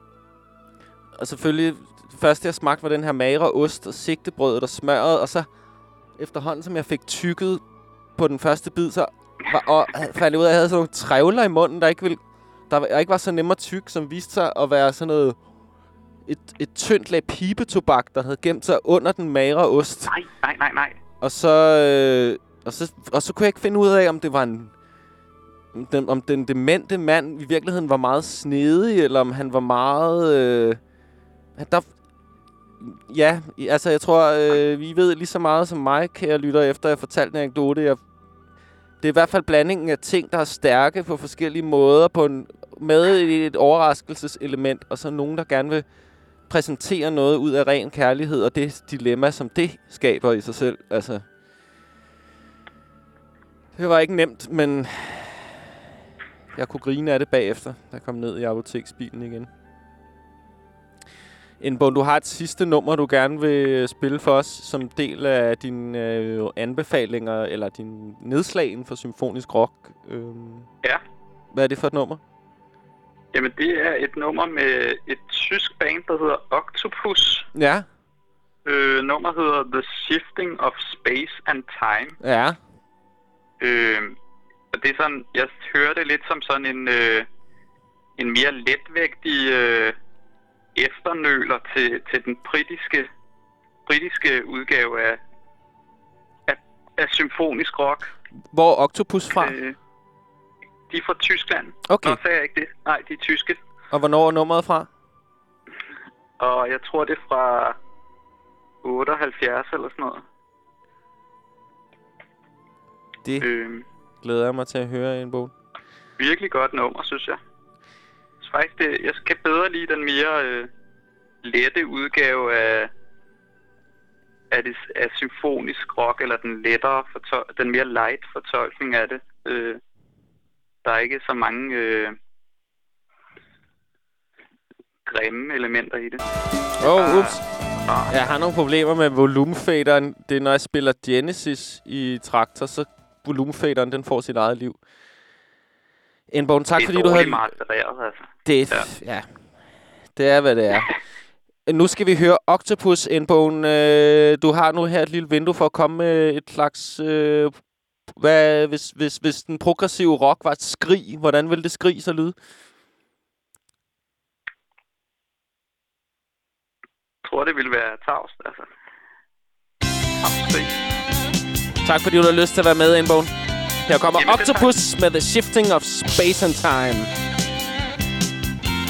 og selvfølgelig, det første jeg smagte var den her magre ost og sigtebrødet og smøret, og så efterhånden, som jeg fik tykket på den første bid, så var, og fandt jeg ud af, at jeg havde sådan nogle trævler i munden, der ikke, ville, der ikke var så nemme at tykke, som viste sig at være sådan noget et, et tyndt lag pibetobak, der havde gemt sig under den magre ost. Nej, nej, nej, nej. Og så, øh, og så, og så kunne jeg ikke finde ud af, om det var en, den, om den demente mand i virkeligheden var meget snedig, eller om han var meget... Øh, der, ja, altså jeg tror, øh, vi ved lige så meget som mig, kære lytter, efter jeg fortalte en anekdote. Jeg, det er i hvert fald blandingen af ting, der er stærke på forskellige måder, på en, med et overraskelseselement, og så nogen, der gerne vil præsentere noget ud af ren kærlighed, og det dilemma, som det skaber i sig selv. Altså, det var ikke nemt, men jeg kunne grine af det bagefter, da jeg kom ned i apoteksbilen igen. Indbånd, du har et sidste nummer, du gerne vil spille for os, som del af dine øh, anbefalinger, eller din nedslagen for symfonisk rock. Øhm, ja. Hvad er det for et nummer? Jamen, det er et nummer med et tysk band, der hedder Octopus. Ja. Øh, nummer hedder The Shifting of Space and Time. Ja. Øh, og det er sådan, jeg hører det lidt som sådan en, øh, en mere letvægtig... Øh, efternøler til, til den britiske, britiske udgave af, af, af symfonisk rock. Hvor er Octopus fra? Øh, de er fra Tyskland. Okay. Nå, sagde jeg ikke det. Nej, de er tyske. Og hvornår er nummeret fra? Og jeg tror, det er fra otteoghalvfjerds eller sådan noget. Det øh, glæder jeg mig til at høre i en bog. Virkelig godt nummer, synes jeg. Faktisk, det, jeg kan bedre lide den mere øh, lette udgave af, af, det, af symfonisk rock, eller den lettere, fortol- den mere light fortolkning af det. Øh, der er ikke så mange øh, grimme elementer i det. Åh, oh, ups. Ah. Jeg har nogle problemer med volumenfaderen. Det er, når jeg spiller Genesis i traktor, så volumenfaderen, den får sit eget liv. Indbogen, tak fordi du havde... Det er dårligt mastereret, altså. Det er, ja. ja. Det er, hvad det er. Nu skal vi høre Octopus, Indbogen. Øh, du har nu her et lille vindue for at komme med et slags... Øh, hvad, hvis, hvis, hvis den progressive rock var et skrig, hvordan ville det skrig så lyde? Jeg tror, det ville være tavst, altså. Tavst. Tak fordi du har lyst til at være med, Indbogen. Her kommer Octopus med The Shifting of Space and Time.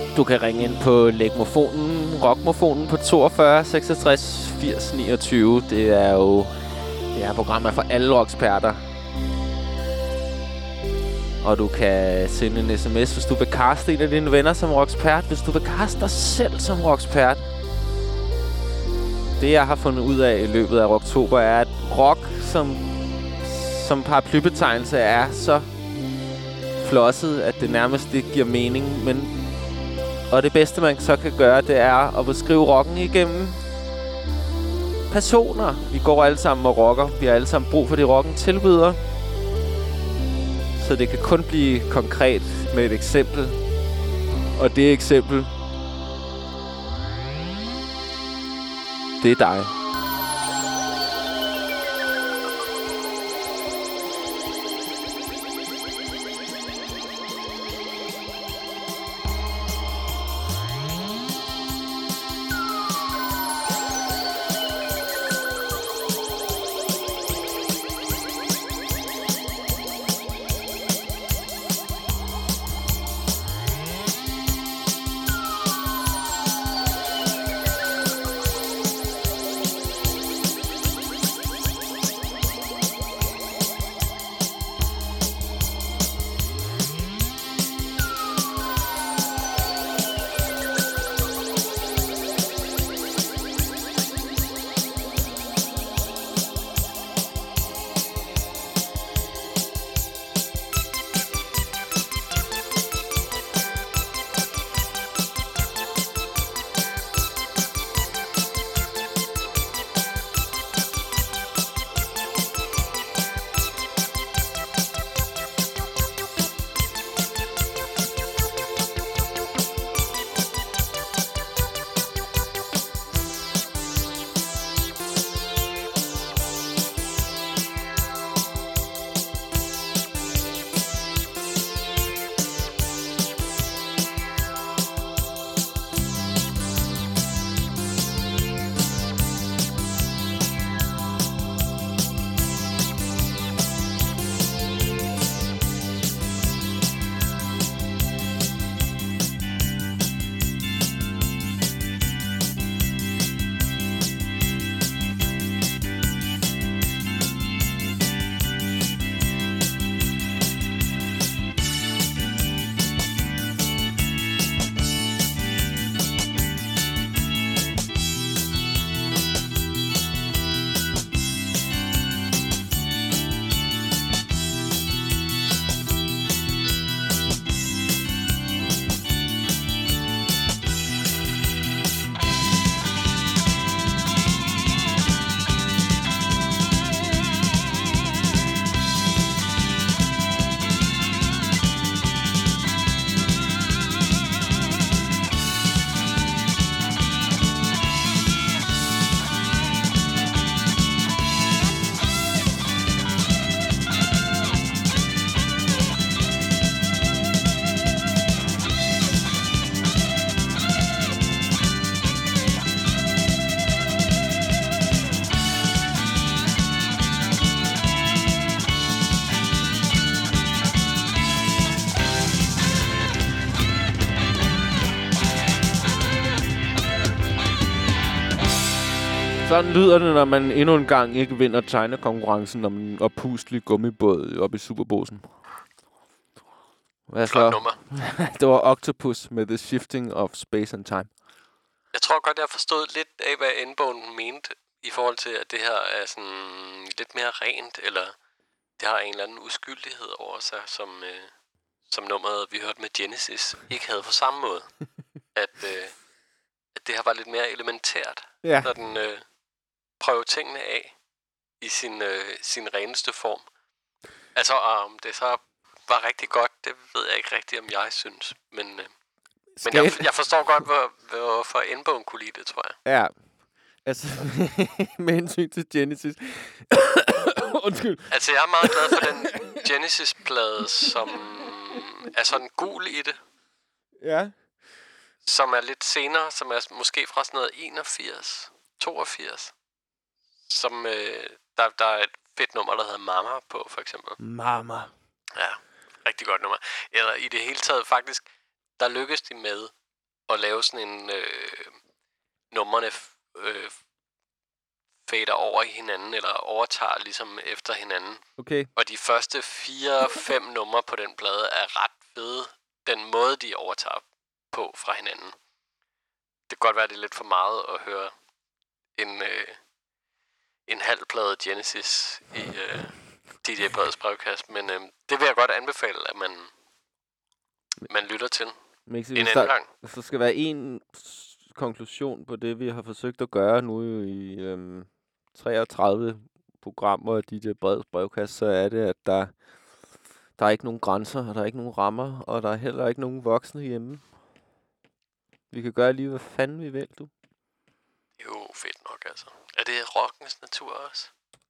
Du kan ringe ind på Lægmofonen, Rockmofonen på toogfyrre seksogtres firs niogtyve. Det er jo det her program er for alle rocksperter. Og du kan sende en sms, hvis du vil kaste en af dine venner som rockspert. Hvis du vil kaste dig selv som rockspert. Det, jeg har fundet ud af i løbet af oktober, er, at rock som, som paraplybetegnelse er så flosset, at det nærmest ikke giver mening. Men, og det bedste, man så kan gøre, det er at beskrive rocken igennem personer. Vi går alle sammen og rocker. Vi har alle sammen brug for det, rocken tilbyder. Så det kan kun blive konkret med et eksempel. Og det eksempel, det er dig. Sådan lyder det, når man endnu en gang ikke vinder tegnekonkurrencen om en oppustelig gummibåd oppe i Superbosen. Hvad så? nummer. Det var Octopus med The Shifting of Space and Time. Jeg tror godt, jeg forstod lidt af, hvad N-bogen mente, i forhold til, at det her er sådan lidt mere rent, eller det har en eller anden uskyldighed over sig, som, øh, som nummeret, vi hørte med Genesis, ikke havde på samme måde. At, øh, at det her var lidt mere elementært, ja. Når den øh, prøver tingene af i sin, øh, sin reneste form. Altså, om det så var rigtig godt, det ved jeg ikke rigtigt, om jeg synes. Men, øh, men jeg, jeg forstår godt, hvor, hvorfor N-bogen kunne lide det, tror jeg. Ja. Altså, med hensyn til Genesis. Undskyld. Altså, jeg er meget glad for den Genesis-plade, som er sådan gul i det. Ja. Som er lidt senere, som er måske fra sådan noget enogfirs, toogfirs. Som, øh, der, der er et fedt nummer, der hedder Mama på, for eksempel. Mama. Ja, rigtig godt nummer. Eller i det hele taget faktisk, der lykkedes de med at lave sådan en øh, numrene øh, fader over i hinanden, eller overtager ligesom efter hinanden. Okay. Og de første fire, fem numre på den plade er ret fede. Den måde, de overtager på fra hinanden. Det kan godt være, det er lidt for meget at høre en, øh, en halv plade Genesis i øh, D J Breds brevkast, men øh, det vil jeg godt anbefale, at man, man lytter til Mixi, en hvis anden der, gang. hvis der skal være en s- konklusion på det, vi har forsøgt at gøre nu i øhm, treogtredive programmer af D J Breds brevkast, så er det, at der, der er ikke nogen grænser, og der er ikke nogen rammer, og der er heller ikke nogen voksne hjemme. Vi kan gøre lige, hvad fanden vi vil, du. Jo, fedt nok altså. Er det rockens natur også?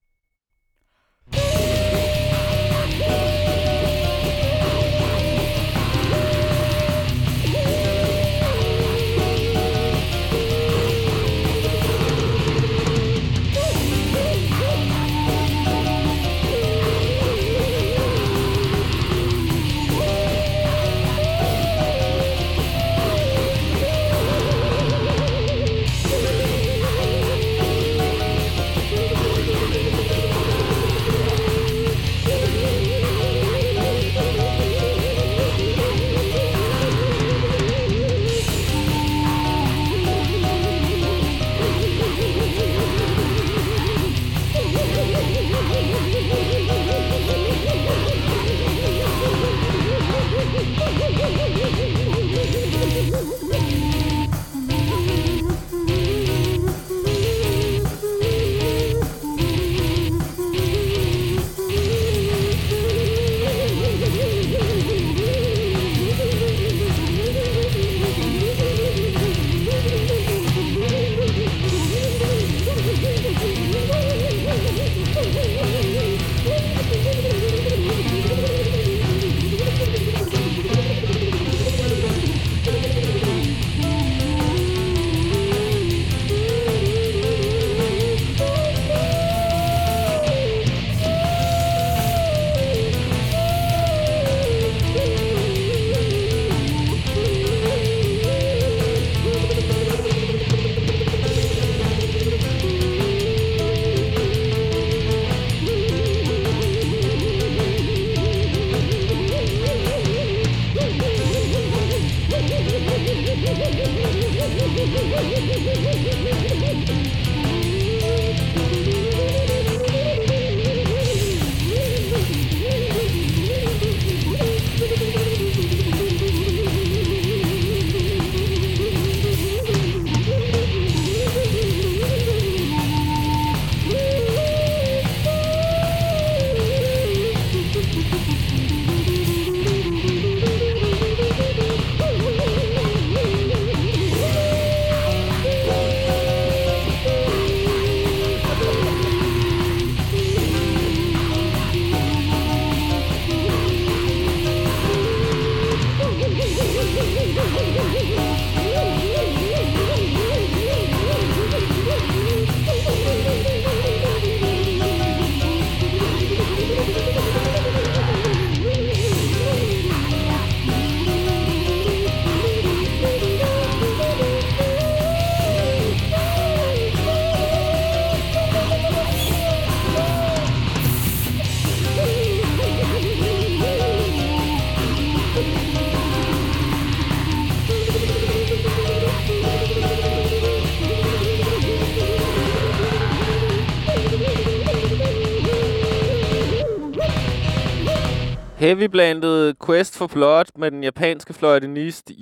Heavy-blandet Quest for Blood med den japanske fløjtenist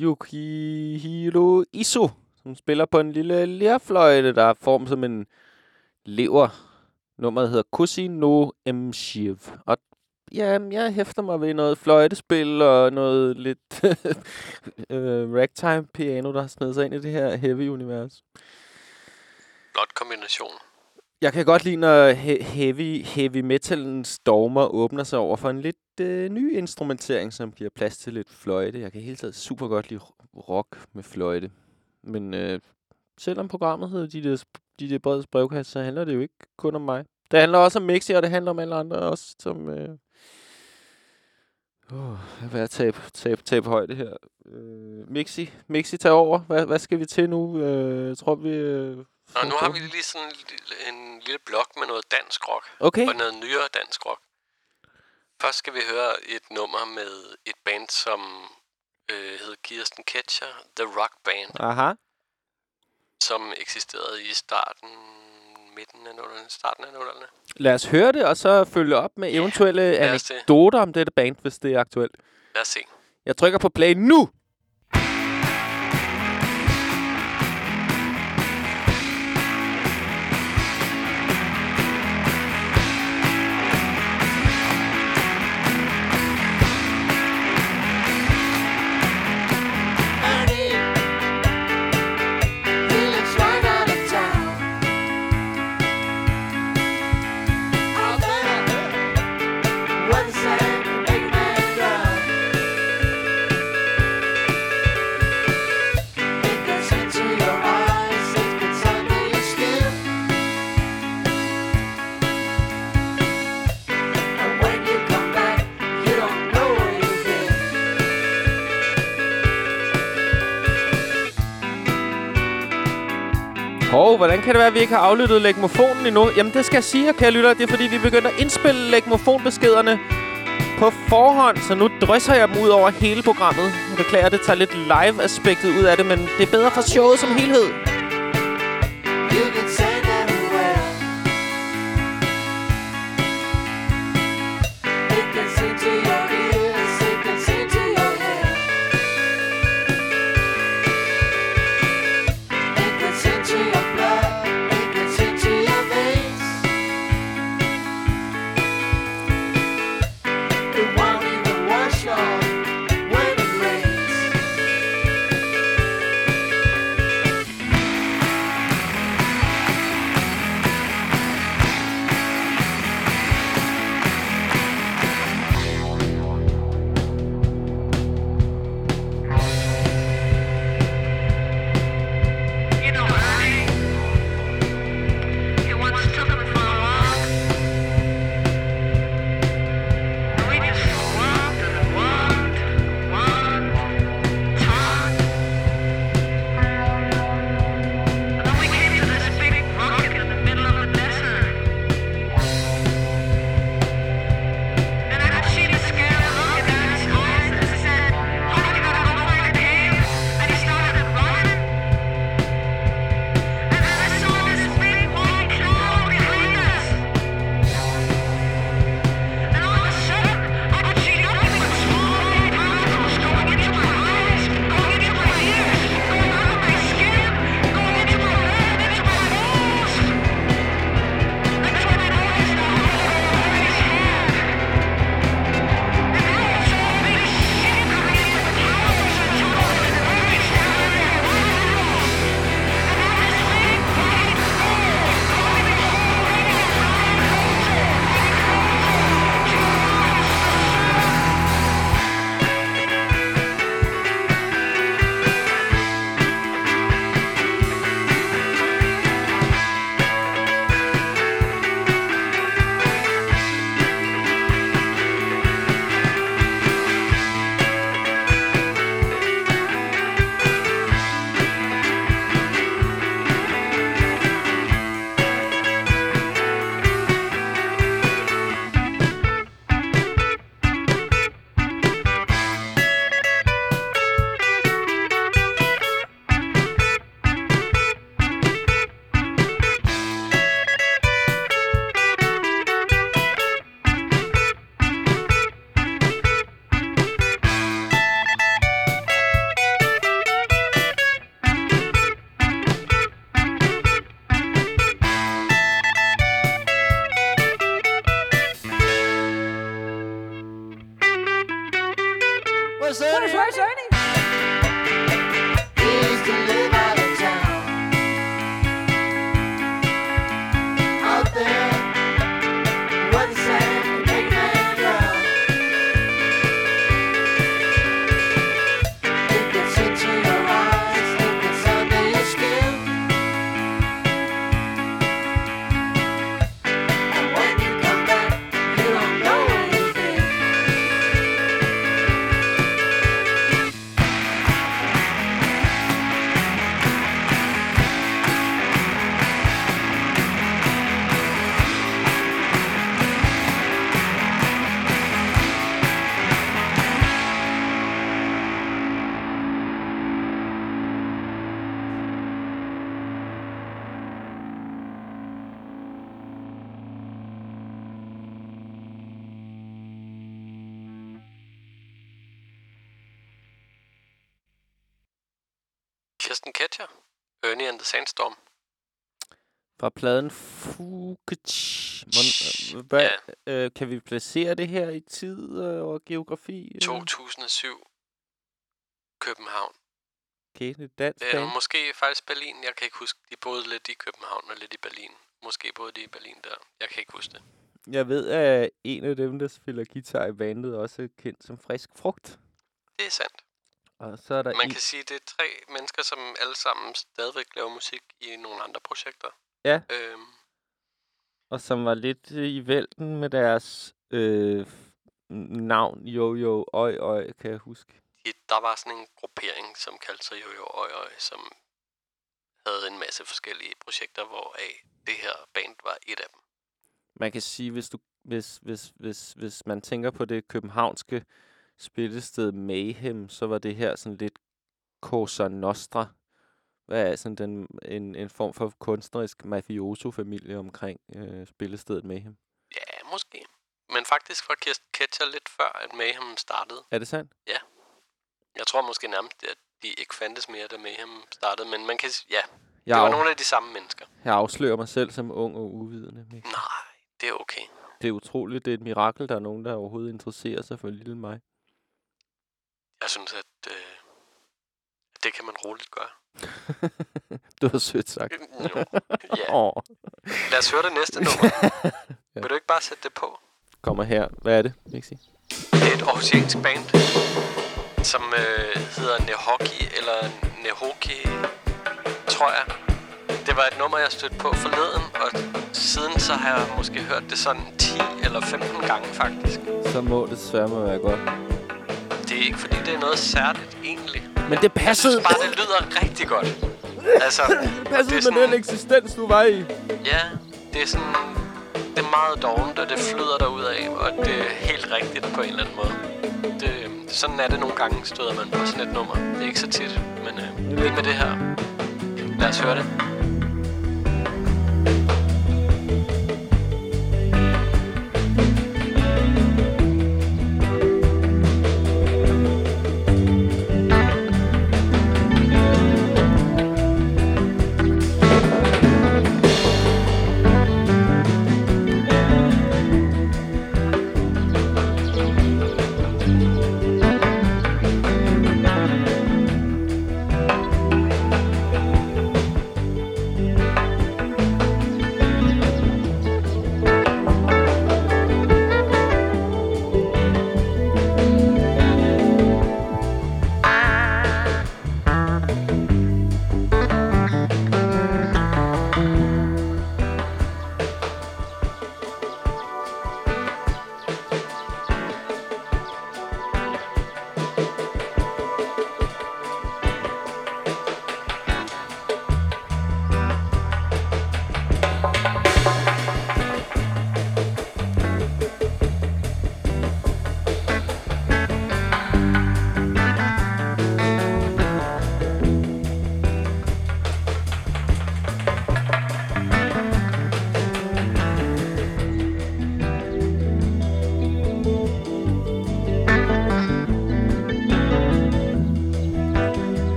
Yukihiro Iso, som spiller på en lille lerfløjte, der er formet som en lever. Nummeret hedder Kushi no Emshiv. Og ja, jeg hæfter mig ved noget fløjtespil og noget lidt uh, ragtime piano, der har snedet sig ind i det her heavy-univers. Blot kombination. Jeg kan godt lide, når he- heavy, heavy metalens dogmer åbner sig over for en lidt øh, ny instrumentering, som giver plads til lidt fløjte. Jeg kan hele tiden super godt lide rock med fløjte. Men øh, selvom programmet hedder D J Breds brevkast, så handler det jo ikke kun om mig. Det handler også om Mixi, og det handler om alle andre også, som... Øh, oh, jeg er ved at tabe, tabe, tabe højde her. øh, Mixi, Mixi tager over. Hvad, hvad skal vi til nu? Øh, tror vi... Øh, Nå, nu har vi lige sådan en, en lille blok med noget dansk rock. Okay. Og noget nyere dansk rock. Først skal vi høre et nummer med et band, som øh, hed Kirsten Ketscher, The Rock Band. Aha. Som eksisterede i starten, midten af nullerne, starten af nullerne. Lad os høre det, og så følge op med eventuelle yeah, anekdoter om dette band, hvis det er aktuelt. Lad os se. Jeg trykker på play nu! Hov, hvordan kan det være, at vi ikke har aflyttet Legmofonen endnu? Jamen, det skal jeg sige, kære lytter. Det er, fordi vi begynder at indspille Legmofonbeskederne på forhånd. Så nu drysser jeg dem ud over hele programmet. Jeg beklager, at det tager lidt live-aspektet ud af det, men det er bedre for showet som helhed. Kirsten Ketcher. Ernie and the Sandstorm. Fra pladen Fukic. Hvad, ja. øh, kan vi placere det her i tid øh, og geografi? Øh? to tusind og syv. København. Okay, det er dansk øh, band. Måske faktisk Berlin. Jeg kan ikke huske. De boede lidt i København og lidt i Berlin. Måske boede de i Berlin der. Jeg kan ikke huske det. Jeg ved, at en af dem, der spiller guitar i bandet, også er kendt som Frisk Frugt. Det er sandt. Og så er der Man en... kan sige, at det er tre mennesker, som alle sammen stadigvæk laver musik i nogle andre projekter. Ja. Øhm. Og som var lidt i vælten med deres øh, navn, Jojo Øj Øj, kan jeg huske. Der var sådan en gruppering, som kaldte sig Jojo Øj Øj, som havde en masse forskellige projekter, hvoraf det her band var et af dem. Man kan sige, hvis du hvis hvis hvis hvis man tænker på det københavnske spillested Mayhem, så var det her sådan lidt Cosa Nostra. Hvad er sådan den en en form for kunstnerisk mafioso-familie omkring øh, spillestedet Mayhem? Ja, måske. Men faktisk var Kirsten Ketcher lidt før, at Mayhem startede. Er det sandt? Ja. Jeg tror måske nærmest, at de ikke fandtes mere, da Mayhem startede. Men man kan ja, jeg det var af... nogle af de samme mennesker. Jeg afslører mig selv som ung og uvidende. Nej, det er okay. Det er utroligt. Det er et mirakel, der er nogen, der overhovedet interesserer sig for lille mig. Jeg synes, at øh, det kan man roligt gøre. Du har sødt sagt. Jo, ja. Oh. Lad os høre det næste nummer. Ja. Vil du ikke bare sætte det på? Kommer her. Hvad er det, Mixi? Det er et aarhusiansk band, som øh, hedder Nehoki, eller Nehoki, tror jeg. Det var et nummer, jeg stødte på forleden, og siden så har jeg måske hørt det sådan ti eller femten gange, faktisk. Så må det svære være godt. Det er ikke, fordi det er noget særligt, egentlig. Men det passede. Jeg synes bare, det lyder rigtig godt. Altså, det passede med den eksistens, du var i. Ja, det er sådan... Det er meget dovent, og det flyder derudad, og det er helt rigtigt på en eller anden måde. Det, sådan er det nogle gange, støder man på sådan et nummer. Det er ikke så tit, men øh, lige med det her. Lad os høre det.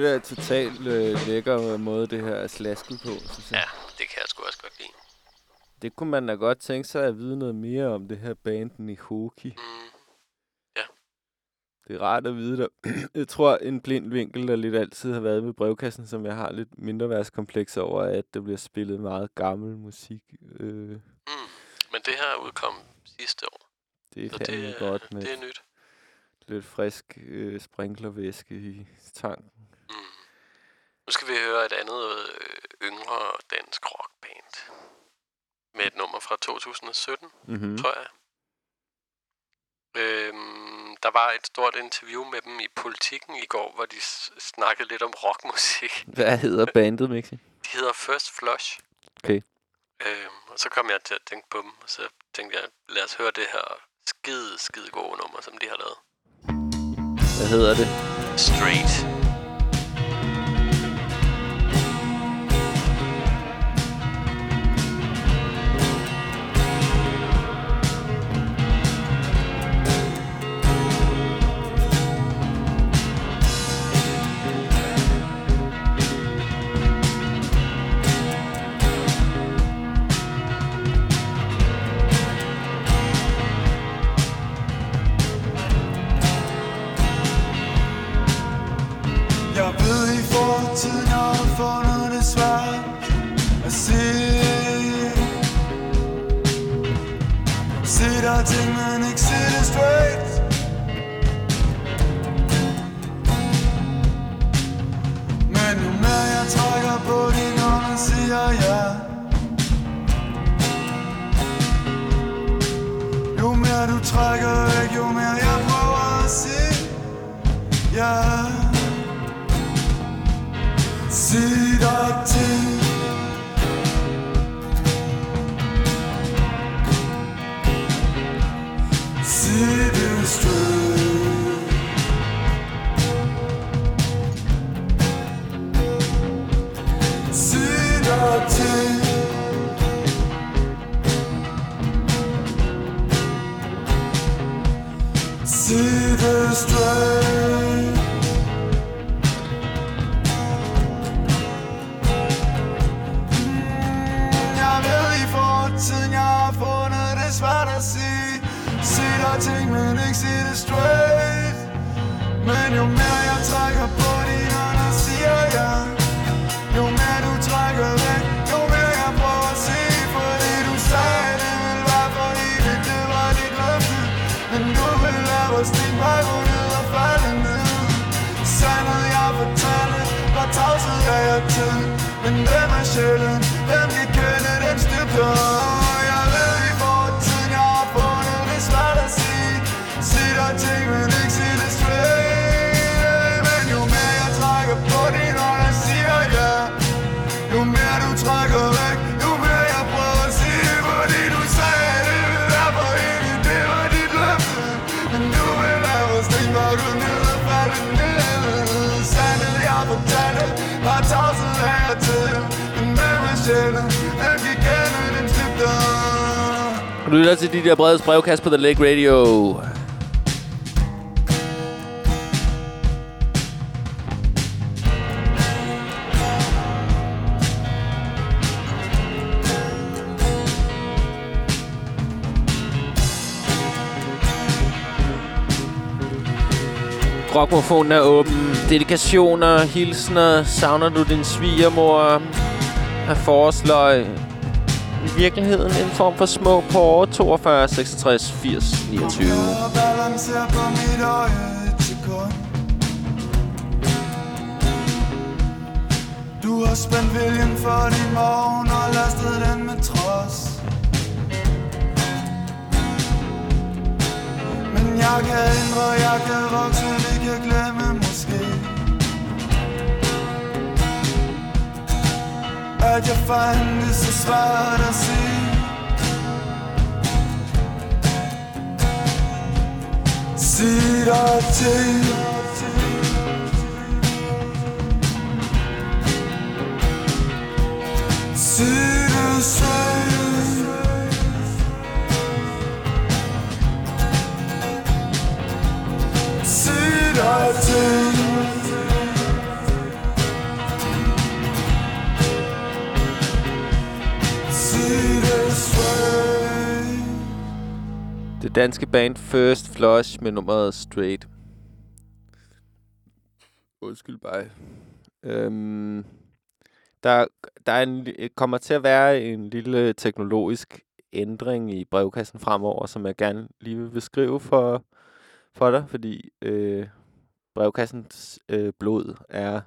er totalt øh, lækker måde, det her er slasket på, synes jeg. Ja, det kan jeg sgu også godt lide. Det kunne man da godt tænke sig at vide noget mere om, det her band Nihoki. Mm. Ja. Det er rart at vide det. Jeg tror, en blind vinkel, der lidt altid har været ved brevkassen, som jeg har lidt mindreværdskompleks over, at der bliver spillet meget gammel musik. Øh. Mm. Men det her udkom sidste år. Det er fandme godt med det er nyt. Lidt frisk øh, sprinklervæske i tanken. Mm. Nu skal vi høre et andet øh, yngre dansk rockband. Med et nummer fra to tusind sytten, mm-hmm. tror jeg. Øhm, der var et stort interview med dem i Politikken i går, hvor de s- snakkede lidt om rockmusik. Hvad hedder bandet, Mixi? De hedder First Flush. Okay. Øhm, og så kom jeg til at tænke på dem, og så tænkte jeg, lad os høre det her skide, skide gode nummer, som de har lavet. Hvad hedder det? Straight. Jeg ved i fortiden, jeg har fundet det svært at se Se der ting, men ikke se det straight. Men jo mere jeg trækker på din hånd og siger ja, jo mere du trækker væk, jo mere jeg prøver at sige ja. Sig dig til Sig det straight. Sig dig til Sig det straight. Siden jeg har fundet det svært at sige Sig dig ting, men ikke sige det straight. Men jo mere jeg trækker på din hånd og siger ja, jo mere du trækker væk, jo mere jeg prøver at sige. Fordi du sagde, det ville være for evigt, det var dit løfte. Men du vil lade os din vej gå ned og falde ned. Sandet jeg fortalte, var tavshed af jer til. Men hvem er sjælen, hvem kan kende den støbte? Jeg ved i fortiden, jeg har fundet det svært at sige Sig dig ting, men ikke sige det straight. Men jo mere jeg trækker på din hånd og siger ja, jo mere du trækker væk, jo mere jeg prøver at sige. Fordi du sagde, det ville være for evigt, det var dit løfte. Men du vil lade os ting, hvor du ned og falde ned. Sandet jeg fortalte, var tavshed af jer til. Men hvem er sjælen, hvem kan kende den støbte? Du lytter til de der Bredes brevkast på The Lake Radio. Rockmofonen er åben. Dedikationer, hilsner. Savner du din svigermor? Har foresløj. I virkeligheden en form for små på toogfyrre, seksogtres, firs, niogtyve. Jeg balancerer på mit øje et sekund. Du har spændt viljen for din morgen og lastet den med trods. Men jeg kan ændre, jeg kan vokse, vi kan glemme måske at jeg fandt det så svært at sige. Sig dig til Sig det straight. Sig dig til Det danske band First Flush med nummeret Straight. Undskyld bare. Øhm, der der er en, kommer til at være en lille teknologisk ændring i brevkassen fremover, som jeg gerne lige vil beskrive for, for dig, fordi øh, brevkassens øh, blod er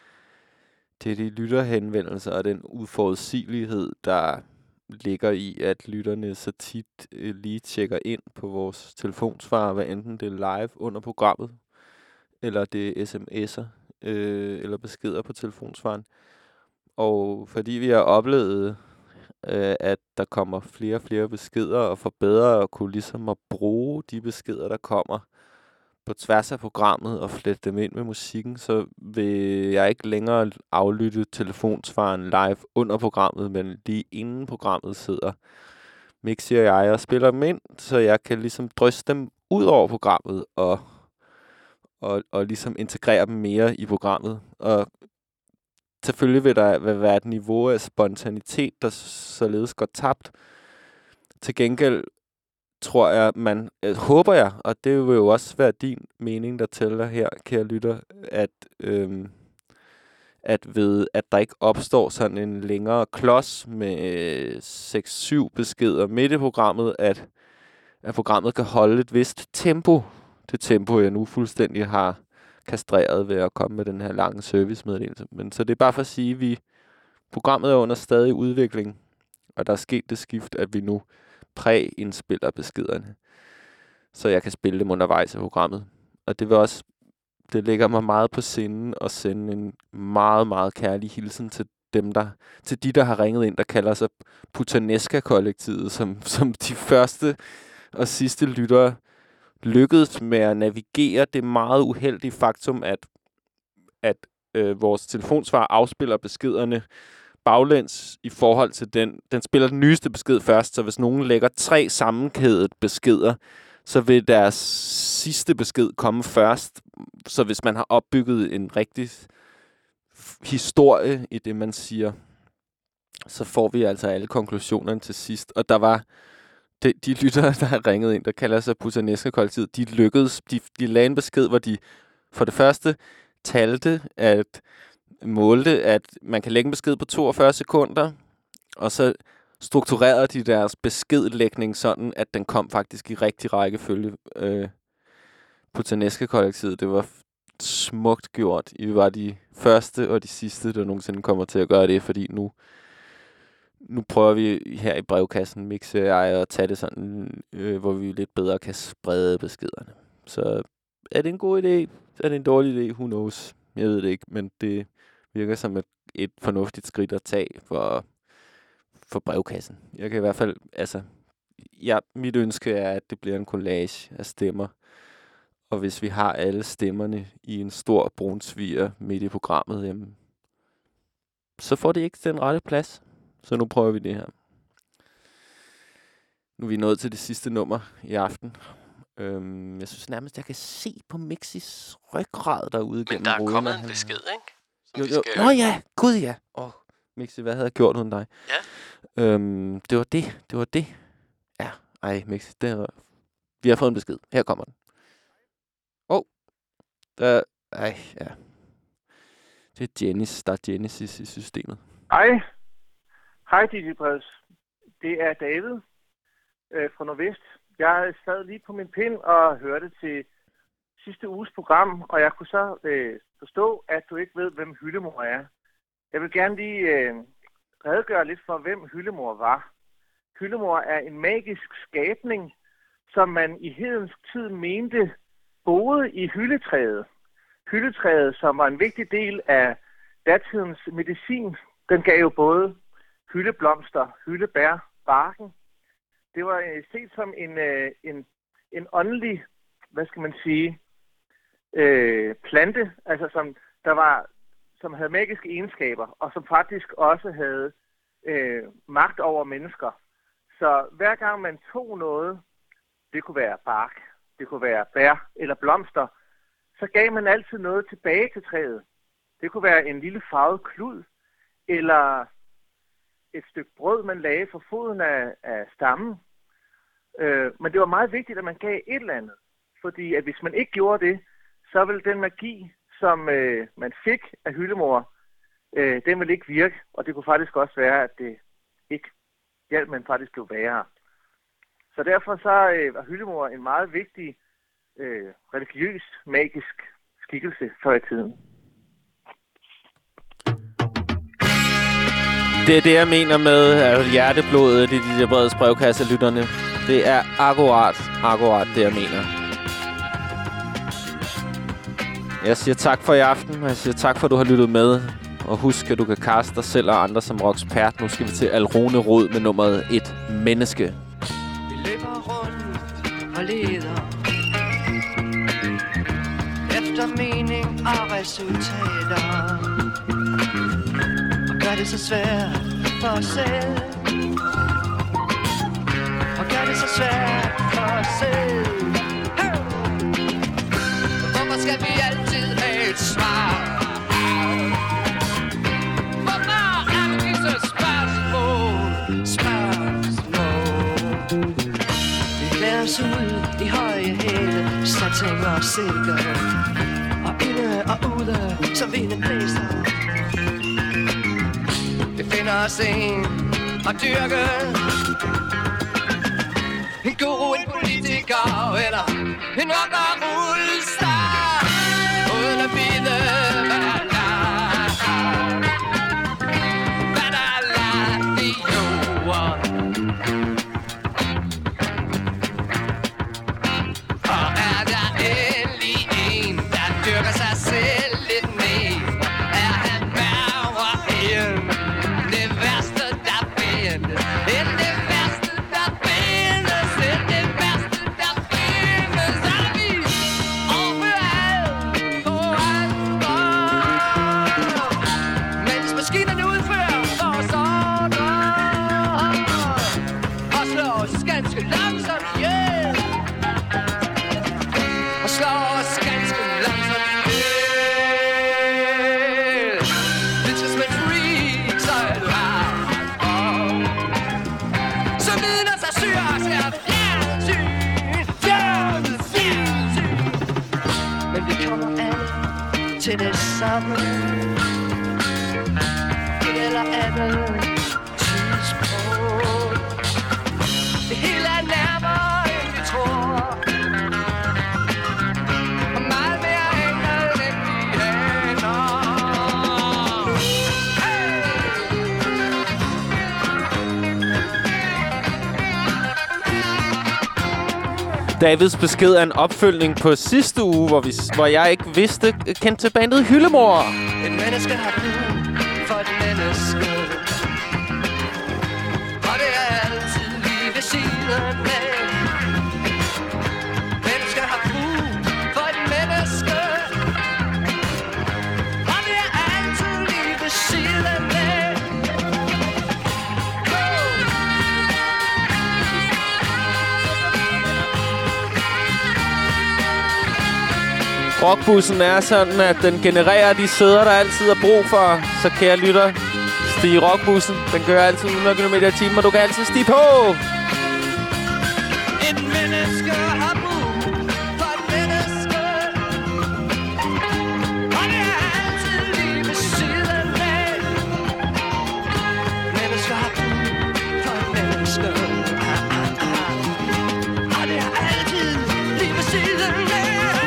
til de lytterhenvendelser og den uforudsigelighed, der ligger i, at lytterne så tit øh, lige tjekker ind på vores telefonsvarer, hvad enten det er live under programmet, eller det er sms'er, øh, eller beskeder på telefonsvaren. Og fordi vi har oplevet, øh, at der kommer flere og flere beskeder, og for bedre at kunne ligesom at bruge de beskeder, der kommer på tværs af programmet, og flette dem ind med musikken, så vil jeg ikke længere aflytte telefonsvaren live under programmet, men lige inden programmet sidder Mixi og jeg og spiller dem ind, så jeg kan ligesom drysse dem ud over programmet, og, og, og ligesom integrere dem mere i programmet. Og selvfølgelig vil der vil være et niveau af spontanitet, der således går tabt. Til gengæld tror jeg, man øh, håber jeg, og det vil jo også være din mening, der tæller her, kære lytter, at, øhm, at ved, at der ikke opstår sådan en længere klods med seks syv beskeder midt i programmet, at, at programmet kan holde et vist tempo. Det tempo, jeg nu fuldstændig har kastreret ved at komme med den her lange servicemeddelelse. Men så det er bare for at sige, at vi, programmet er under stadig udvikling, og der er sket det skift, at vi nu præindspiller beskederne, så jeg kan spille dem undervejs af programmet. Og det vil også, det ligger mig meget på sinden at sende en meget, meget kærlig hilsen til dem, der, til de, der har ringet ind, der kalder sig Puttanesca-kollektivet, som, som de første og sidste lyttere lykkedes med at navigere det meget uheldige faktum, at, at øh, vores telefonsvar afspiller beskederne baglæns i forhold til den. Den spiller den nyeste besked først, så hvis nogen lægger tre sammenkædet beskeder, så vil deres sidste besked komme først. Så hvis man har opbygget en rigtig historie i det, man siger, så får vi altså alle konklusionerne til sidst. Og der var de, de lyttere, der har ringet ind, der kalder sig Puttanesca-kollektivet, de lykkedes. De, de lagde en besked, hvor de for det første talte, at målte, at man kan lægge en besked på toogfyrre sekunder, og så strukturerede de deres beskedlægning sådan, at den kom faktisk i rigtig rækkefølge. Øh, Puttanesca-kollektivet, det var smukt gjort. I var de første og de sidste, der nogensinde kommer til at gøre det, fordi nu, nu prøver vi her i brevkassen, Mixi og jeg, at tage det sådan, øh, hvor vi lidt bedre kan sprede beskederne. Så er det en god idé? Er det en dårlig idé? Who knows? Jeg ved det ikke, men det virker som et, et fornuftigt skridt at tage for, for brevkassen. Jeg kan i hvert fald, altså, ja, mit ønske er, at det bliver en collage af stemmer. Og hvis vi har alle stemmerne i en stor brunsviger midt i programmet, jamen, så får det ikke den rette plads. Så nu prøver vi det her. Nu er vi nået til det sidste nummer i aften. Øhm, jeg synes nærmest, jeg kan se på Mixis ryggrad derude gennem Men der er ruderne. kommet en besked, ikke? Jo, jo. Skal... Nå ja, gud ja. Åh, oh, Mixi, hvad havde jeg gjort uden dig? Ja. Øhm, det var det, det var det. Ja, ej, Mixi, det var... vi har fået en besked. Her kommer den. Åh, oh, der... Ej, ja. Det er Genesis, der er Genesis i systemet. Hej. Hej, D J Breds. Det er David øh, fra Nordvest. Jeg sad lige på min pind og hørte til sidste uges program, og jeg kunne så øh, forstå, at du ikke ved, hvem Hyllemor er. Jeg vil gerne lige øh, redegøre lidt for, hvem Hyllemor var. Hyllemor er en magisk skabning, som man i hedens tid mente boede i hylletræet. Hylletræet, som var en vigtig del af datidens medicin, den gav jo både hyldeblomster, hyldebær, barken. Det var set som en, en, en åndelig, hvad skal man sige, øh, plante, altså som, der var, som havde magiske egenskaber, og som faktisk også havde øh, magt over mennesker. Så hver gang man tog noget, det kunne være bark, det kunne være bær eller blomster, så gav man altid noget tilbage til træet. Det kunne være en lille farvet klud, eller et stykke brød, man lagde for foden af, af stammen. Øh, men det var meget vigtigt, at man gav et eller andet. Fordi at hvis man ikke gjorde det, så ville den magi, som øh, man fik af hyldemor, øh, den ville ikke virke. Og det kunne faktisk også være, at det ikke hjalp, men faktisk blev værre. Så derfor så øh, var hyldemor en meget vigtig øh, religiøs, magisk skikkelse før i tiden. Det er det, jeg mener med at hjerteblodet i de der brede brevkasse, lytterne. Det er akkurat, akkurat det, jeg mener. Jeg siger tak for i aften, og jeg siger tak for, at du har lyttet med. Og husk, at du kan kaste dig selv og andre som rockspert. Nu skal vi til Alrune Rod med nummeret Et Menneske. Vi løber rundt og leder efter mening og resultater, og gør det så svært for os selv, og gør det så svært for os selv. Hey! Hvorfor skal vi altid have et svar? Hvorfor er det disse spørgsmål? Spørgsmål. Vi klæder os ud i høje hæle, satin og silke, og inde og ude, som vinden blæser. Vi finder os en og dyrke en guru, en politiker eller en rock-og-roll-star, uden at vide, hvad der er, hvad der er lagt i jorden. Og er der endelig en, der dyrker sig selv lidt ned, er han værre end det værste, der findes, end det værste, der findes, end det værste, der findes. Er vi overalt på andre, mens maskinerne udfører vores ordre og slår os ganske langsomt ihjel, og slår os ganske langsomt ihjel. Videnskabsmænd freak, så er du her. Som vidner sig syr og skær fjernsyn, fjernsyn. Men vi kommer alle til det samme, et eller andet tidspunkt. Det hele er nærmere, end vi tror, og meget mere enkelt, end vi aner. Davids besked er en opfølgning på sidste uge, hvor, vi, hvor jeg ikke vidste, kendte til bandet Hyldemor. Et menneske har brug for et menneske, og det er altid lige ved siden af. Mennesker har brug for et menneske, og det er altid lige ved siden af. Rockbussen er sådan, at den genererer de sæder, der altid er brug for. Så kære lytter, stig i rockbussen. Den kører altid hundrede kilometer i timen, og du kan altid stige på. Et menneske har brug for et menneske, og det er altid lige ved siden af. Mennesker har brug for et menneske, ah, ah, ah. Og det er altid lige ved siden af.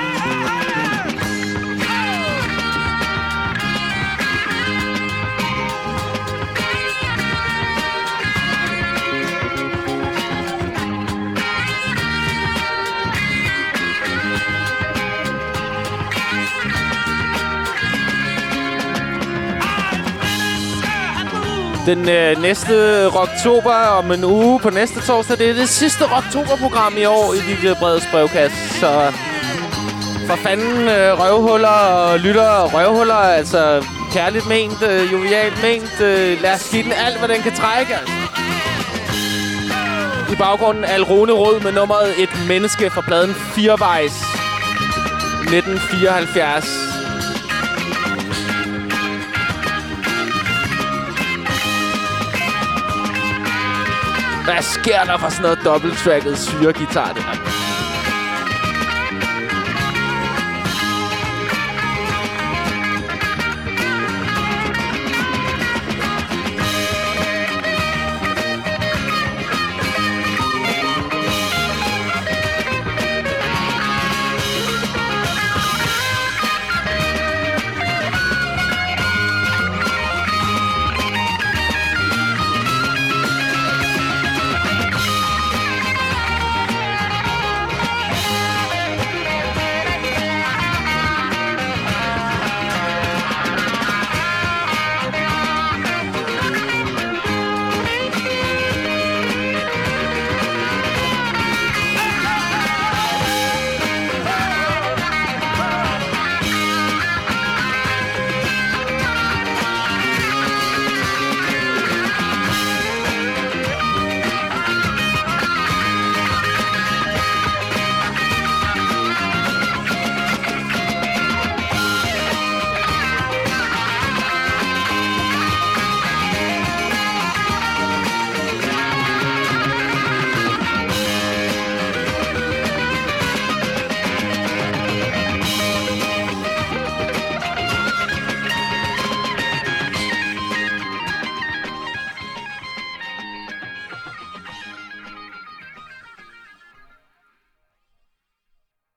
Den øh, næste Rocktober om en uge på næste torsdag, det er det sidste Rocktober-program i år i de brede brevkasse. Så for fanden øh, røvhuller og lytter røvhuller, altså kærligt ment, øh, jovialt ment. Øh, lad os give den alt, hvad den kan trække. Altså. I baggrunden Alrune Rod med nummeret Et Menneske fra pladen Firevejs nitten fireoghalvfjerds. Hvad sker der for sådan noget dobbelttracket syregitar der?